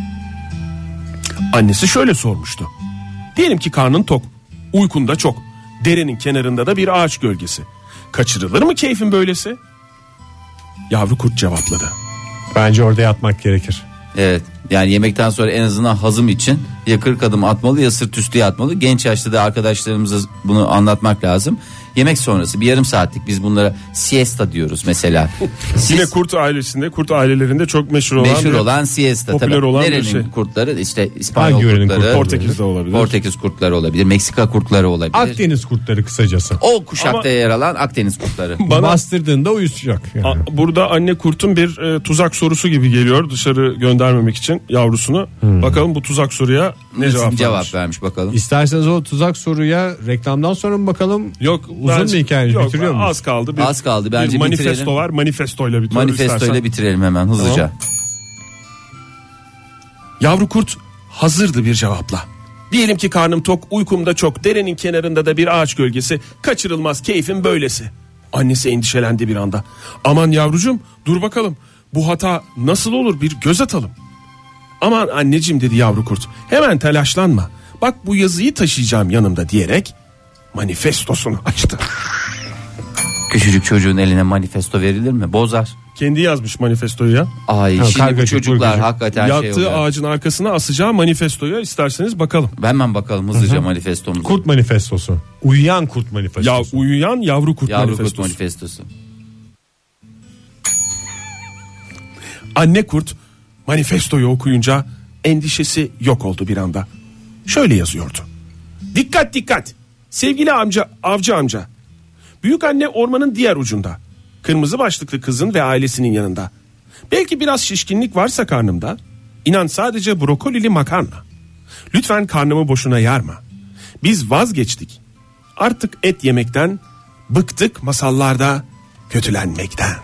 Annesi şöyle sormuştu. Diyelim ki karnın tok, uykun da çok. Derenin kenarında da bir ağaç gölgesi. Kaçırılır mı keyfin böylesi? Yavru kurt cevapladı. Bence orada yatmak gerekir. Evet. Yani yemekten sonra en azından hazım için ya kırk adım atmalı ya sırt üstü yatmalı. Genç yaşta da arkadaşlarımıza bunu anlatmak lazım. Yemek sonrası bir yarım saatlik biz bunlara siesta diyoruz mesela. Siz, Yine kurt ailesinde, kurt ailelerinde çok meşhur olan meşhur bir- olan siesta. popüler Tabii. olan bir Nerenin şey. kurtları? İşte İspanyol Hangi yörenin kurtları, kurtları? Portekiz'de olabilir. Portekiz kurtları olabilir, Meksika kurtları olabilir. Akdeniz kurtları kısacası. O kuşakta Ama- yer alan Akdeniz kurtları. Bana Bastırdığında uyuşacak. Yani. A- burada anne kurtun bir e, tuzak sorusu gibi geliyor dışarı göndermemek için yavrusunu. Bakalım bu tuzak soruya ne cevap vermiş. cevap vermiş bakalım. İsterseniz o tuzak soruya reklamdan sonra mı bakalım? Yok Uzun bence- mu hikayeniz, yok, bitiriyor muyuz? Az kaldı. Bir, Az kaldı, bence bir manifesto bitirelim. var. Manifestoyla bitirelim Manifesto istersen. ile bitirelim hemen hızlıca. Tamam. Yavru kurt hazırdı bir cevapla. Diyelim ki karnım tok, uykum da çok, derenin kenarında da bir ağaç gölgesi, kaçırılmaz keyfim böylesi. Annesi endişelendi bir anda. Aman yavrucuğum dur bakalım, bu hata nasıl olur bir göz atalım. Aman anneciğim dedi yavru kurt, hemen telaşlanma. Bak bu yazıyı taşıyacağım yanımda diyerek manifestosunu açtı. Küçücük çocuğun eline manifesto verilir mi? Bozar. Kendi yazmış manifestoyu ya. Ay Ha, şimdi bu kargacık, çocuklar burgacık. hakikaten şey Yattığı oluyor. ağacın arkasına asacağı manifestoya isterseniz bakalım. Hemen bakalım hızlıca manifestomuza. Kurt manifestosu. Uyuyan kurt manifestosu. Ya uyuyan yavru kurt Yavru manifestosu. kurt manifestosu. Anne kurt manifestoyu okuyunca endişesi yok oldu bir anda. Şöyle yazıyordu. Dikkat dikkat. Sevgili amca, avcı amca. Büyük anne ormanın diğer ucunda. Kırmızı başlıklı kızın ve ailesinin yanında. Belki biraz şişkinlik varsa karnımda. İnan sadece brokolili makarna. Lütfen karnımı boşuna yarma. Biz vazgeçtik. Artık et yemekten, bıktık masallarda kötülenmekten.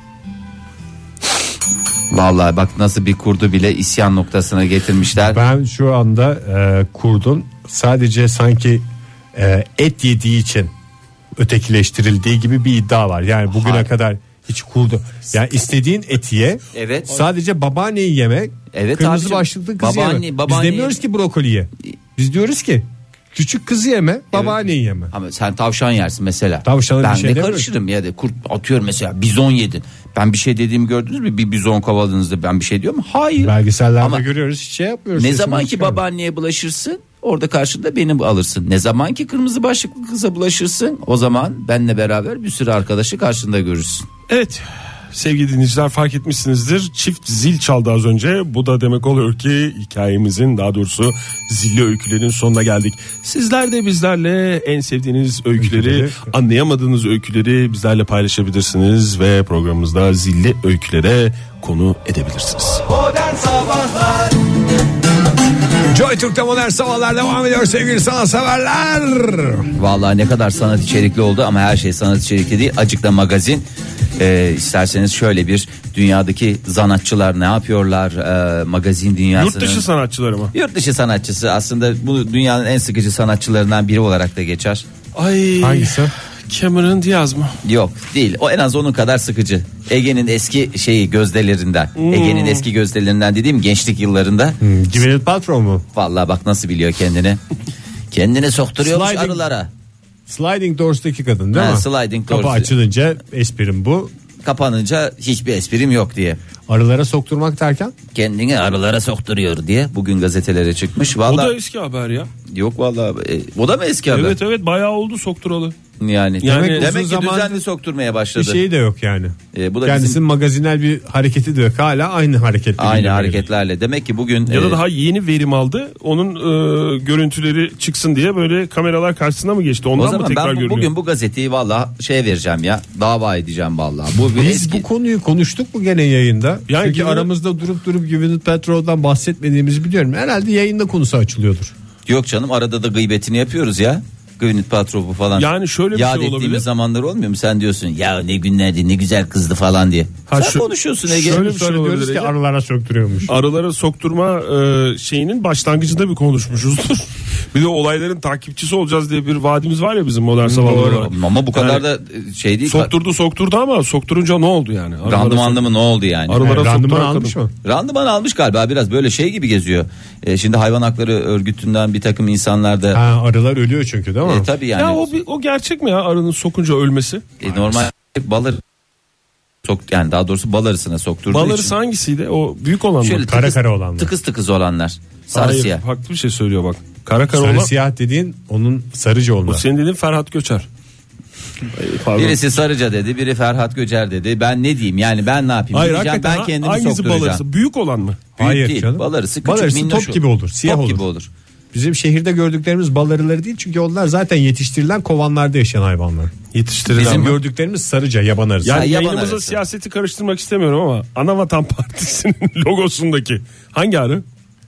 Vallahi bak nasıl bir kurdu bile isyan noktasına getirmişler. Ben şu anda e, kurdun sadece sanki e, et yediği için ötekileştirildiği gibi bir iddia var. Yani bugüne Hayır. kadar hiç kurdu. Yani istediğin eti ye. Evet. Sadece babaanneyi yeme. Evet Kırmızı abicim. başlıklı kızı Babaanne- yeme. babaanne- Biz demiyoruz ki brokoli ye. Biz diyoruz ki küçük kızı yeme, babaanneyi yeme. Ama sen tavşan yersin mesela. Tavşana ben bir şey de demiyorum. karışırım ya da kurt atıyorum mesela bizon yedin. Ben bir şey dediğimi gördünüz mü? Bir bizon kovaladığınızda ben bir şey diyor mu? Hayır. Belgesellerde Ama görüyoruz, hiç şey yapmıyoruz. ne sesimizi zaman ki çıkarmıyoruz. babaanneye bulaşırsın orada karşında beni alırsın. Ne zaman ki kırmızı başlıklı kıza bulaşırsın o zaman benle beraber bir sürü arkadaşı karşında görürsün. Evet sevgili dinleyiciler fark etmişsinizdir. Çift zil çaldı az önce. Bu da demek oluyor ki hikayemizin daha doğrusu zilli öykülerin sonuna geldik. Sizler de bizlerle en sevdiğiniz öyküleri, Öyküleri. anlayamadığınız öyküleri bizlerle paylaşabilirsiniz ve programımızda zilli öykülere konu edebilirsiniz. Modern Sabahlar Joy Türk'te modern sabahlar devam ediyor sevgili sanatseverler. Vallahi ne kadar sanat içerikli oldu ama her şey sanat içerikli değil. Acık da magazin. Ee, isterseniz şöyle bir dünyadaki sanatçılar ne yapıyorlar ee, magazin dünyasının. Yurt dışı sanatçıları mı? Yurt dışı sanatçısı aslında bu dünyanın en sıkıcı sanatçılarından biri olarak da geçer. Ay, Hangisi? Cameron Diaz mı? Yok değil o en az onun kadar sıkıcı. Ege'nin eski şeyi gözdelerinden. Hmm. Ege'nin eski gözdelerinden dediğim gençlik yıllarında. Hmm, Gwyneth Paltrow mu? Vallahi bak nasıl biliyor kendini. Kendini sokturuyormuş Sliding- arılara. Sliding Doors'taki kadın değil Ha, mi? Sliding Kapı Doors. açılınca esprim bu. Kapanınca hiçbir esprim yok diye. Arılara sokturmak derken? Kendini arılara sokturuyor diye bugün gazetelere çıkmış. O Vallahi da eski haber ya. yok vallahi e, o da mı eski haber? Evet evet bayağı oldu sokturalı. Yani, Yani demek, demek ki uzun zamandır düzenli sokturmaya başladı. Bir şey de yok yani. Ee, bu da Kendisinin bizim magazinel bir hareketi de yok. Hala aynı hareketler. aynı hareketlerle. Demek ki bugün Ya da e, daha yeni verim aldı. Onun e, görüntüleri çıksın diye böyle kameralar karşısına mı geçti? Ondan o mı zaman tekrar ben bu, görünüyor? bugün bu gazeteyi valla şey vereceğim ya. Dava edeceğim valla. Bu bir Biz eski. bu konuyu konuştuk mu gene yayında? Yani Çünkü Gwyneth- aramızda durup durup Gwyneth Paltrow'dan bahsetmediğimizi biliyorum. Herhalde yayında konusu açılıyordur. Yok canım, arada da gıybetini yapıyoruz ya. Gwyneth Paltrow'u falan. Yani şöyle bir Yad şey ettiğimiz olabilir. zamanlar olmuyor mu? Sen diyorsun ya ne günlerdi, ne güzel kızdı falan diye. Ha, Sen şu- konuşuyorsun Ege. şöyle bir şey Sonra diyoruz olabilir ki Ege. arılara söktürüyormuş. Aralara sokturma e, şeyinin başlangıcında bir konuşmuşuzdur. Bir de olayların takipçisi olacağız diye bir vaadimiz var ya bizim modern sabahlarda. Ama bu kadar Yani da şey değil. Sokturdu sokturdu ama sokturunca ne oldu yani? Aralara Randımanlı mı ne oldu yani? Arılara Yani randıman sokturan almış kadın. mı? Randıman almış galiba, biraz böyle şey gibi geziyor. E, şimdi hayvan hakları örgütünden bir takım insanlar da Ha, arılar ölüyor çünkü değil mi? e, tabii yani Ya o, bir, o gerçek mi ya arının sokunca ölmesi? e, normal bal arı sok yani daha doğrusu bal arısına sokturduğu Bal için. arısı hangisiydi? O büyük olan mı? Şöyle Kara tıkız, kara olanlar. tıkız tıkız olanlar. Sarı Hayır, siyah. farklı bir şey söylüyor bak. Kara kara Sarı olan. siyah dediğin onun sarıcı O olması. senin dediğin Ferhat Göçer. Ay, pardon. Birisi Sarıca dedi, biri Ferhat Göcer dedi. Ben ne diyeyim yani, ben ne yapayım? Hayır, Diyeceğim, hakikaten ben ha- kendimi hangisi bal sokturacağım. arısı? Büyük olan mı? Büyük Hayır değil. canım. Bal arısı küçük, Bal arısı minnoş top gibi olur, siyah top olur. gibi olur. Bizim şehirde gördüklerimiz bal arıları değil çünkü onlar zaten yetiştirilen kovanlarda yaşayan hayvanlar. Yetiştirilen Bizim mi? gördüklerimiz sarıca, yaban arısı. Yani Ha, yaban yayınımıza arısı. siyaseti karıştırmak istemiyorum ama Anavatan Partisi'nin logosundaki hangi arı?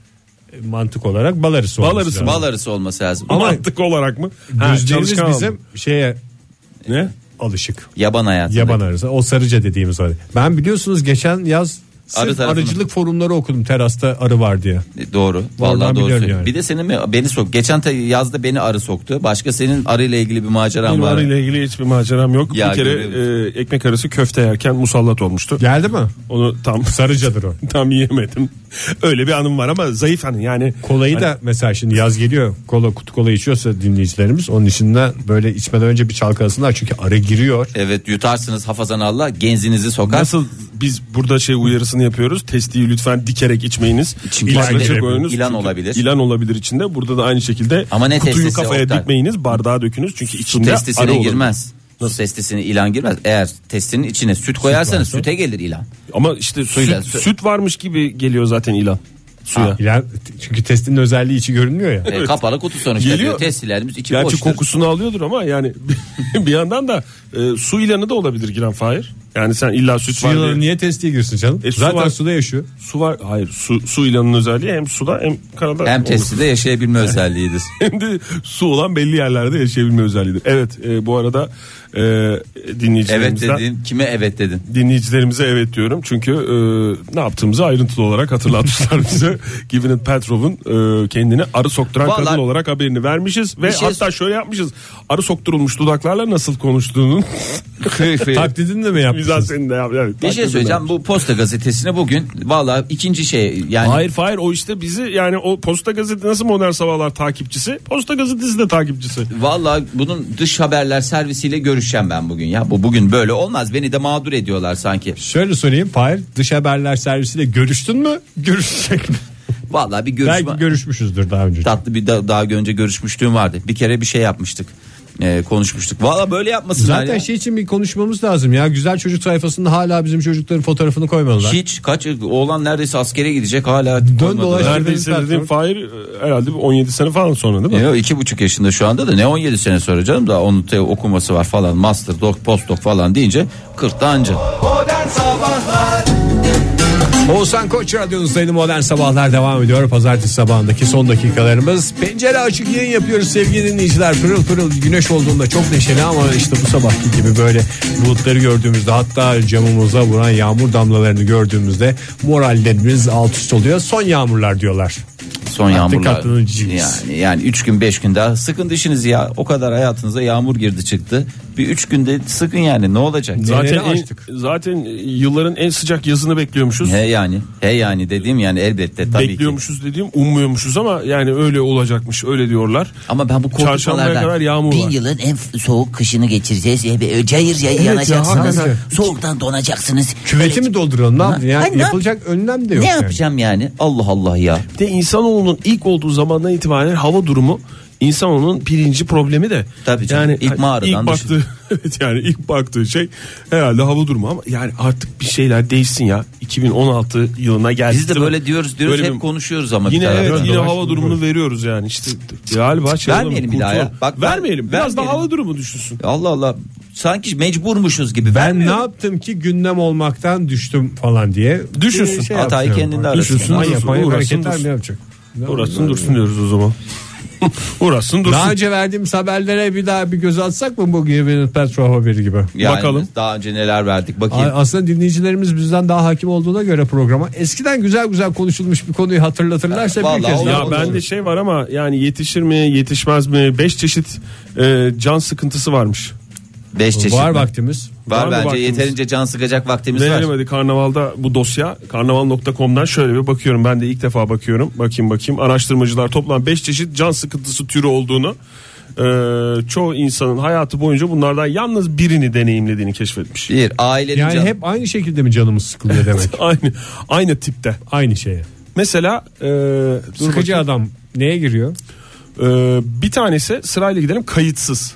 Mantık olarak bal arısı Bal olması arısı, lazım. Bal arısı olması lazım. Ama- Mantık olarak mı? Ha, Gözlerimiz çalışkan bizim adam. şeye Ne? alışık. Yaban hayatı. Yaban arısı. O sarıca dediğimiz arı. Ben biliyorsunuz geçen yaz Arı sırf tarafını. arıcılık forumları okudum, terasta arı var diye. Doğru. Vallahi Oradan doğru biliyorum söylüyorsun. yani. Bir de senin mi beni sok. Geçen te- yazda beni arı soktu. Başka senin arıyla ilgili bir maceran Benim var. arıyla ilgili hiçbir maceram yok. Ya, bir kere görüyorum. e, ekmek arası köfte yerken musallat olmuştu. Geldi mi? Onu tam Sarıcadır o. tam yiyemedim. Öyle bir anım var ama zayıf hani yani. Kolayı da mesela şimdi yaz geliyor. Kola, kutu kola içiyorsa dinleyicilerimiz onun içinden böyle içmeden önce bir çalkalasınlar çünkü arı giriyor. Evet, yutarsınız hafazan Allah, genzinizi sokar. Nasıl biz burada şey uyarısını yapıyoruz. Testiyi lütfen dikerek içmeyiniz. Çünkü İlanla içinde çırpıyorsunuz. ilan Çünkü olabilir. İlan olabilir içinde. Burada da aynı şekilde Ama ne kutuyu testisi kafaya Oktay? dikmeyiniz. Bardağa dökünüz. Çünkü Su içinde arı testisine olabilir. girmez. Su testisine ilan girmez. Eğer testinin içine süt koyarsanız süte gelir ilan. Ama işte Suyla- süt, sü- süt varmış gibi geliyor zaten ilan. Suya. İlan, çünkü testinin özelliği içi görünmüyor ya. E, kapalı kutu sonuçta Geliyor. diyor. Testilerimiz içi Gerçi boştur. kokusunu alıyordur ama yani bir yandan da e, su ilanı da olabilir giren Fahir. Yani sen illa süt Su var yılanı diye- niye testiye girsin canım? E, su Zaten var. suda yaşıyor. Su var. Hayır su, su ilanının özelliği hem suda hem karada. Hem olur. testide yaşayabilme özelliğidir. Hem de su olan belli yerlerde yaşayabilme özelliğidir. Evet e, bu arada e, Evet dinleyicilerimizden dedin. Kime evet dedin? dinleyicilerimize evet diyorum. Çünkü e, ne yaptığımızı ayrıntılı olarak hatırlatmışlar bize. Gwyneth Paltrow'un e, kendini arı sokturan Vallahi- kadın olarak haberini vermişiz. Ve Bir şey- hatta şöyle yapmışız. Arı sokturulmuş dudaklarla nasıl konuştuğunun Taklidini de mi yapmışsın? mizahsenini de yap. Evet, Bir şey taklidini söyleyeceğim. Bu Posta Gazetesi'ne bugün valla ikinci şey yani Hayır hayır o işte bizi yani o Posta Gazete nasıl Modern Sabahlar takipçisi, Posta Gazetesi de takipçisi. valla bunun dış haberler servisiyle görüşeceğim ben bugün ya. Bu bugün böyle olmaz. Beni de mağdur ediyorlar sanki. Şöyle sorayım Fahir, dış haberler servisiyle görüştün mü? Görüşecek mi? Valla bir görüşme. Belki görüşmüşüzdür daha önce. Tatlı bir da- daha önce görüşmüşlüğüm vardı. Bir kere bir şey yapmıştık. Ee, konuşmuştuk. Valla böyle yapmasınlar Zaten ya. şey için bir konuşmamız lazım ya. Güzel çocuk sayfasında hala bizim çocukların fotoğrafını koymadılar. Hiç kaç oğlan neredeyse askere gidecek hala. Dön koymadılar. dolaş. Neredeyse Patron. dediğim Fahir e, herhalde bir on yedi sene falan sonra değil mi? Yok, iki buçuk yaşında şu anda da ne on yedi sene sonra canım, da onun te- okuması var falan, master doc postdoc falan deyince kırkta anca. Modern Sabahlar Oğuzhan Koç radyonuzdaydı, Modern Sabahlar devam ediyor. Pazartesi sabahındaki son dakikalarımız. Pencere açık yayın yapıyoruz sevgili dinleyiciler. Pırıl pırıl güneş olduğunda çok neşeli ama işte bu sabahki gibi böyle bulutları gördüğümüzde, hatta camımıza vuran yağmur damlalarını gördüğümüzde morallerimiz alt üst oluyor. Son yağmurlar diyorlar. Son Artık yağmurlar. katlanıcıyız. Yani yani üç gün beş gün daha sıkın dişinizi ya. O kadar hayatınıza yağmur girdi çıktı. Bir üç günde sıkın yani, ne olacak? Zaten Neleri en, açtık? zaten yılların en sıcak yazını bekliyormuşuz. He yani. He yani dediğim yani elbette tabii ki. Bekliyormuşuz dediğim ummuyormuşuz ama yani öyle olacakmış öyle diyorlar. Ama ben bu Çarşambaya korkutmalardan kadar yağmur Bin var. yılın en f- soğuk kışını geçireceğiz. E, Cayır cayır ya, yanacaksınız. hakikaten. Soğuktan donacaksınız. Küveti Öyle- mi dolduralım, ne yapalım? Yani Ay, ne yapılacak önlem de yok. ne yani. yapacağım yani? Allah Allah ya. Bir de insanoğlunun ilk olduğu zamandan itibaren hava durumu İnsanoğlunun birinci problemi de Tabii canım, ilk mağaradan ilk baktığı, evet yani ilk baktığı şey herhalde hava durumu ama yani artık bir şeyler değişsin ya. iki bin on altı yılına geldik. Biz de böyle diyoruz diyoruz Böyle hep bir- konuşuyoruz ama Yine bir evet, taraftan. yine hava durumunu veriyoruz yani işte galiba şey Vermeyelim bir daha ya. Bak, vermeyelim. Biraz vermeyelim. da hava durumu düşünsün. Allah Allah, sanki mecburmuşuz gibi. Ben Vermiyorum. ne yaptım ki gündem olmaktan düştüm falan diye. Düşünsün. Bir şey Hatayı yapıyorum. kendinde arasın. Düşünsün, Manyak dursun, manyak uğraşsın, hareketler dursun. mi yapacak? Uğraşsın dursun diyoruz o zaman. Uğraşsın dursun. Daha önce verdiğimiz haberlere bir daha bir göz atsak mı bu gibi petrol haberi gibi? Yani Bakalım. Daha önce neler verdik bakayım. A- Aslında dinleyicilerimiz bizden daha hakim olduğuna göre programa eskiden güzel güzel konuşulmuş bir konuyu hatırlatırlarsa Vallahi bir kez o- daha Ya Olur, bende olur. şey var ama yani yetişir mi yetişmez mi? Beş çeşit e, can sıkıntısı varmış. Beş çeşit. var mi? vaktimiz. Var, Var mı bence vaktimiz? yeterince can sıkacak vaktimiz var. Verelim hadi karnavalda bu dosya karnaval nokta com'dan şöyle bir bakıyorum, ben de ilk defa bakıyorum, bakayım bakayım araştırmacılar toplam beş çeşit can sıkıntısı türü olduğunu, e, çoğu insanın hayatı boyunca bunlardan yalnız birini deneyimlediğini keşfetmiş. Bir ailenin Yani can. hep aynı şekilde mi canımız sıkılıyor demek? Aynı aynı tipte. Aynı şeye. Mesela e, dur Sıkıcı bakayım. adam neye giriyor? E, bir tanesi sırayla gidelim, kayıtsız.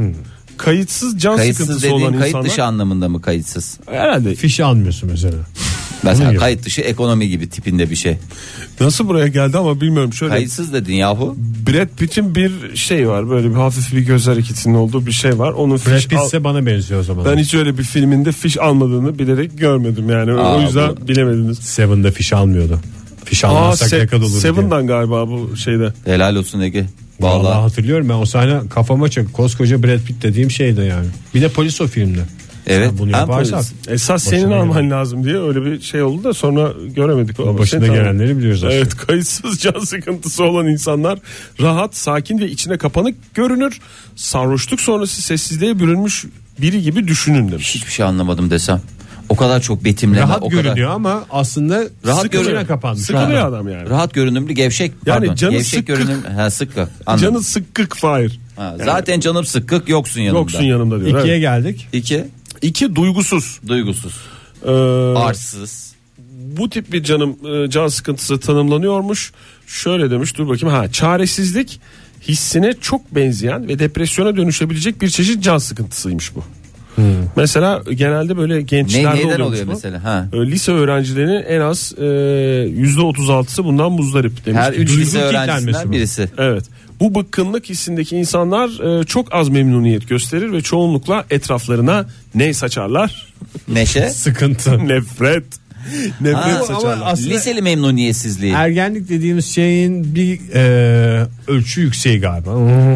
Kayıtsız can Kayıtsız sıkıntısı olan dediğin kayıt insanlar dışı anlamında mı kayıtsız? herhalde. Fişi almıyorsun mesela. Mesela gibi. kayıt dışı ekonomi gibi tipinde bir şey. Nasıl buraya geldi ama bilmiyorum. Şöyle Kayıtsız dedin yahu. Brad Pitt'in bir şey var, böyle bir hafif bir göz hareketinin olduğu bir şey var. Onun Brad fiş Pitt al- ise bana benziyor o zaman. ben hiç öyle bir filminde fiş almadığını bilerek görmedim yani. Aa, o yüzden bu- bilemediniz. Seven'da fiş almıyordu. Fiş Aa, almazsak Se- ne kadar olur diye. Seven'dan galiba bu şeyde. Helal olsun Ege. Vallahi Vallahi. hatırlıyorum ben o sahne kafama çak. Koskoca Brad Pitt dediğim şeydi yani. Bir de polis o filmde. Evet. Sen bunu hem yaparsak polis. Esas Başına senin alman gelen. lazım diye öyle bir şey oldu da sonra göremedik. Ama başına şey, tamam. gelenleri biliyoruz aslında. Evet, kayıtsız can sıkıntısı olan insanlar rahat, sakin ve içine kapanık görünür. Sarhoşluk sonrası sessizliğe bürünmüş biri gibi düşünün demiş. Hiçbir şey anlamadım desem. O kadar çok betimleme. Rahat o kadar. görünüyor ama aslında Rahat sıkılıyor görünüyor. kapanmış. Sıkılıyor adam. adam yani. Rahat görünümlü gevşek. Yani Pardon, canı gevşek sıkkık. görünüm. Ha, sıkkık. Anladım. Canı sıkkık Fahir. Ha, zaten canım sıkkık yoksun yanımda. Yoksun yanımda diyor. İkiye Evet. geldik. İki. İki, duygusuz. Duygusuz. Ee, Arsız. bu tip bir canım e, can sıkıntısı tanımlanıyormuş. Şöyle demiş, dur bakayım. Ha, çaresizlik hissine çok benzeyen ve depresyona dönüşebilecek bir çeşit can sıkıntısıymış bu. Mesela genelde böyle Ne, gençlerde neyden oluyormuş oluyor bu. mesela? Ha. E, Lise öğrencilerinin en az e, yüzde otuz altısı bundan muzdarip demiş. Her üç Duygu lise kitlenmesi öğrencisinden bu. birisi. Evet. Bu bıkkınlık hissindeki insanlar e, çok az memnuniyet gösterir ve çoğunlukla etraflarına ne saçarlar? Neşe. Sıkıntı. Nefret. Nefret Ha, ama saçarlar. aslında Liseli memnuniyetsizliği. ergenlik dediğimiz şeyin bir e, ölçü yükseği galiba.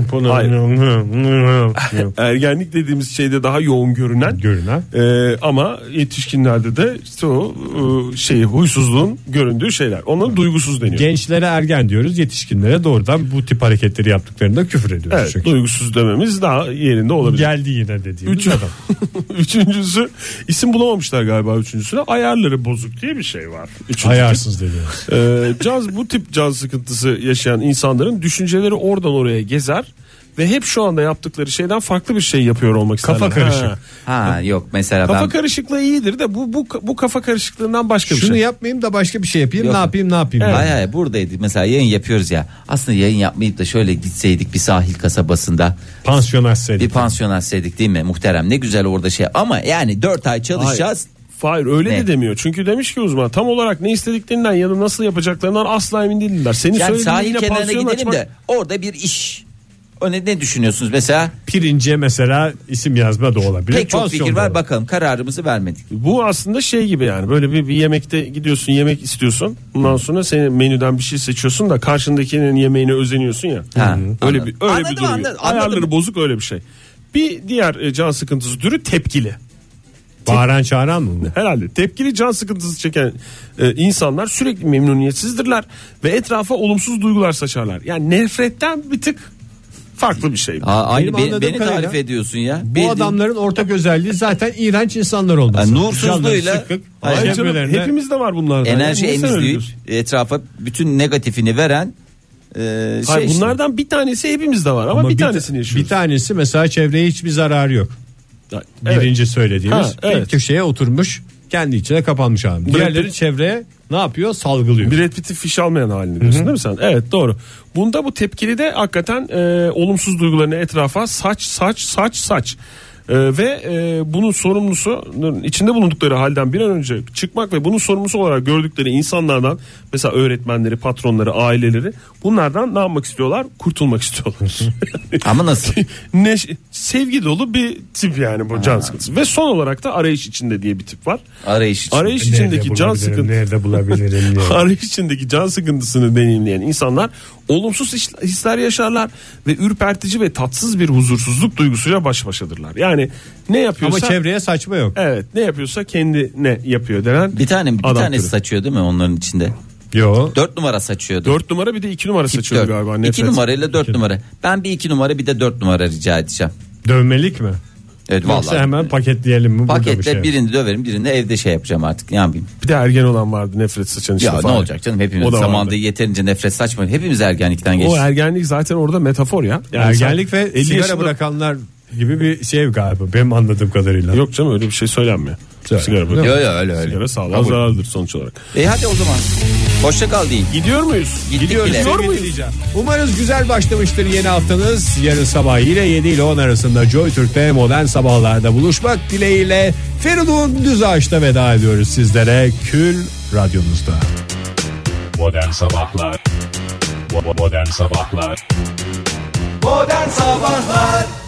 Ergenlik dediğimiz şeyde daha yoğun görünen Görünen. e, ama yetişkinlerde de işte o e, şey huysuzluğun göründüğü şeyler. Ona duygusuz deniyor. Gençlere ergen diyoruz, yetişkinlere doğrudan bu tip hareketleri yaptıklarında küfür ediyoruz. Evet, çünkü. duygusuz dememiz daha yerinde olabilir. Geldi yine dediğimiz Üç, adam. üçüncüsü isim bulamamışlar galiba üçüncüsüne. Ayarları bozuk diye bir şey var. Üçüncü tip. Ayarsız dediğimiz. Ee, caz bu tip can sıkıntısı yaşayan insanların düşünceleri oradan oraya gezer ve hep şu anda yaptıkları şeyden farklı bir şey yapıyor olmak Kafa isterler. karışık. Ha. Ha yok mesela Kafa ben karışıklığı iyidir de bu bu bu kafa karışıklığından başka bir Şunu şey. yapmayayım da başka bir şey yapayım. Yok. Ne yapayım ne yapayım. Evet. Hayır hayır buradaydık mesela yayın yapıyoruz ya. Aslında yayın yapmayıp da şöyle gitseydik bir sahil kasabasında Pansiyon bir açsaydık. pansiyon açsaydık değil mi muhterem, ne güzel orada şey ama yani dört ay çalışacağız. Hayır öyle Ne? de demiyor. Çünkü demiş ki uzman tam olarak ne istediklerinden ya da nasıl yapacaklarından asla emin değiller. Senin Yani söylediğin sahil yine kenarına pansiyon gidelim açmak- de orada bir iş. O ne, ne düşünüyorsunuz mesela? Pirince mesela isim yazma da olabilir. Pek çok Pansiyon fikir da var, olur. bakalım kararımızı vermedik. Bu aslında şey gibi yani böyle bir, bir yemekte gidiyorsun yemek istiyorsun. Bundan sonra senin menüden bir şey seçiyorsun da karşındakinin yemeğine özeniyorsun ya. Ha, Öyle anladım. bir öyle Anladım, bir durum. anladım, Ayarları anladım. bozuk öyle bir şey. Bir diğer e, can sıkıntısı türü tepkili. Bağıran çağıran mı bu? Herhalde tepkili can sıkıntısı çeken e, insanlar sürekli memnuniyetsizdirler ve etrafa olumsuz duygular saçarlar. Yani nefretten bir tık farklı bir şey. Ha, aynı Benim beni, anladığım beni kadarıyla tarif ediyorsun ya. Bu Bildiğin- adamların ortak özelliği zaten iğrenç insanlar olması. Yani nursuzluğuyla- Canları sıkkık, Hayır Hayır canım, çevrelerinde- hepimizde var bunlardan. enerji Yani niye sen öyle emizleyip diyorsun? etrafa bütün negatifini veren e, şey Hayır, işte. bunlardan bir tanesi hepimizde var ama, Ama bir, ta- tanesini yaşıyoruz. Bir tanesi mesela çevreye hiçbir zararı yok. Evet. Birinci söylediğimiz Ha, evet. bir köşeye oturmuş kendi içine kapanmış abi. Diğerleri Pitt- çevreye ne yapıyor? Salgılıyor. Brad Pitt'i fiş almayan halini diyorsun değil mi sen? Evet, doğru. Bunda bu tepkili de hakikaten e, olumsuz duygularını etrafa saç saç saç saç. Ee, ve e, bunun sorumlusu, içinde bulundukları halden bir an önce çıkmak ve bunun sorumlusu olarak gördükleri insanlardan, mesela öğretmenleri, patronları, aileleri, bunlardan ne yapmak istiyorlar? Kurtulmak istiyorlar. Ama nasıl? ne, sevgi dolu bir tip yani bu can sıkıntısı. Ve son olarak da arayış içinde diye bir tip var. Arayış için. Arayış içindeki can sıkıntısı. Nerede bulabilirim diye. Arayış içindeki can sıkıntısını deneyimleyen insanlar olumsuz hisler yaşarlar ve ürpertici ve tatsız bir huzursuzluk duygusuyla baş başadırlar. Yani ne yapıyorsa, ama çevreye saçma yok. Evet, ne yapıyorsa kendine yapıyor denen Bir tane bir adam tanesi türü. saçıyor değil mi onların içinde? Yo. Dört numara saçıyordu. Dört numara bir de iki numara Tip saçıyordu dört. galiba. İki Nefret. numarayla dört numara. Ben bir iki numara bir de dört numara rica edeceğim. Dövmelik mi? Evet, Yoksa vallahi. hemen paketleyelim mi? Burada bir Paketle şey. birini döverim, birini de evde şey yapacağım artık. Ne yapayım? Bir de ergen olan vardı, nefret saçan işte. Ya ne falan. olacak canım, hepimiz O da zamanında vardı. yeterince nefret saçmayın. Hepimiz ergenlikten O geçtik. ergenlik zaten orada metafor ya. Yani Ergenlik sen ve elli sigara yaşında- bırakanlar gibi bir şey galiba benim anladığım kadarıyla. Yok canım, öyle bir şey söylenmiyor. Söyle. Sigara Yok, bırak. yok, öyle, öyle. Sigara sağlığa Kabul. zararlıdır sonuç olarak. E hadi o zaman. Hoşça kal deyin. Gidiyor muyuz? Gittik Gidiyoruz bile. sevgili dinleyiciler. Umarız güzel başlamıştır yeni haftanız. Yarın sabah yine yedi ile on arasında Joy Türk'te modern sabahlarda buluşmak dileğiyle Feridun Düzağaç'ta veda ediyoruz sizlere. Kül radyonuzda. Modern Sabahlar Bo- Modern Sabahlar Modern Sabahlar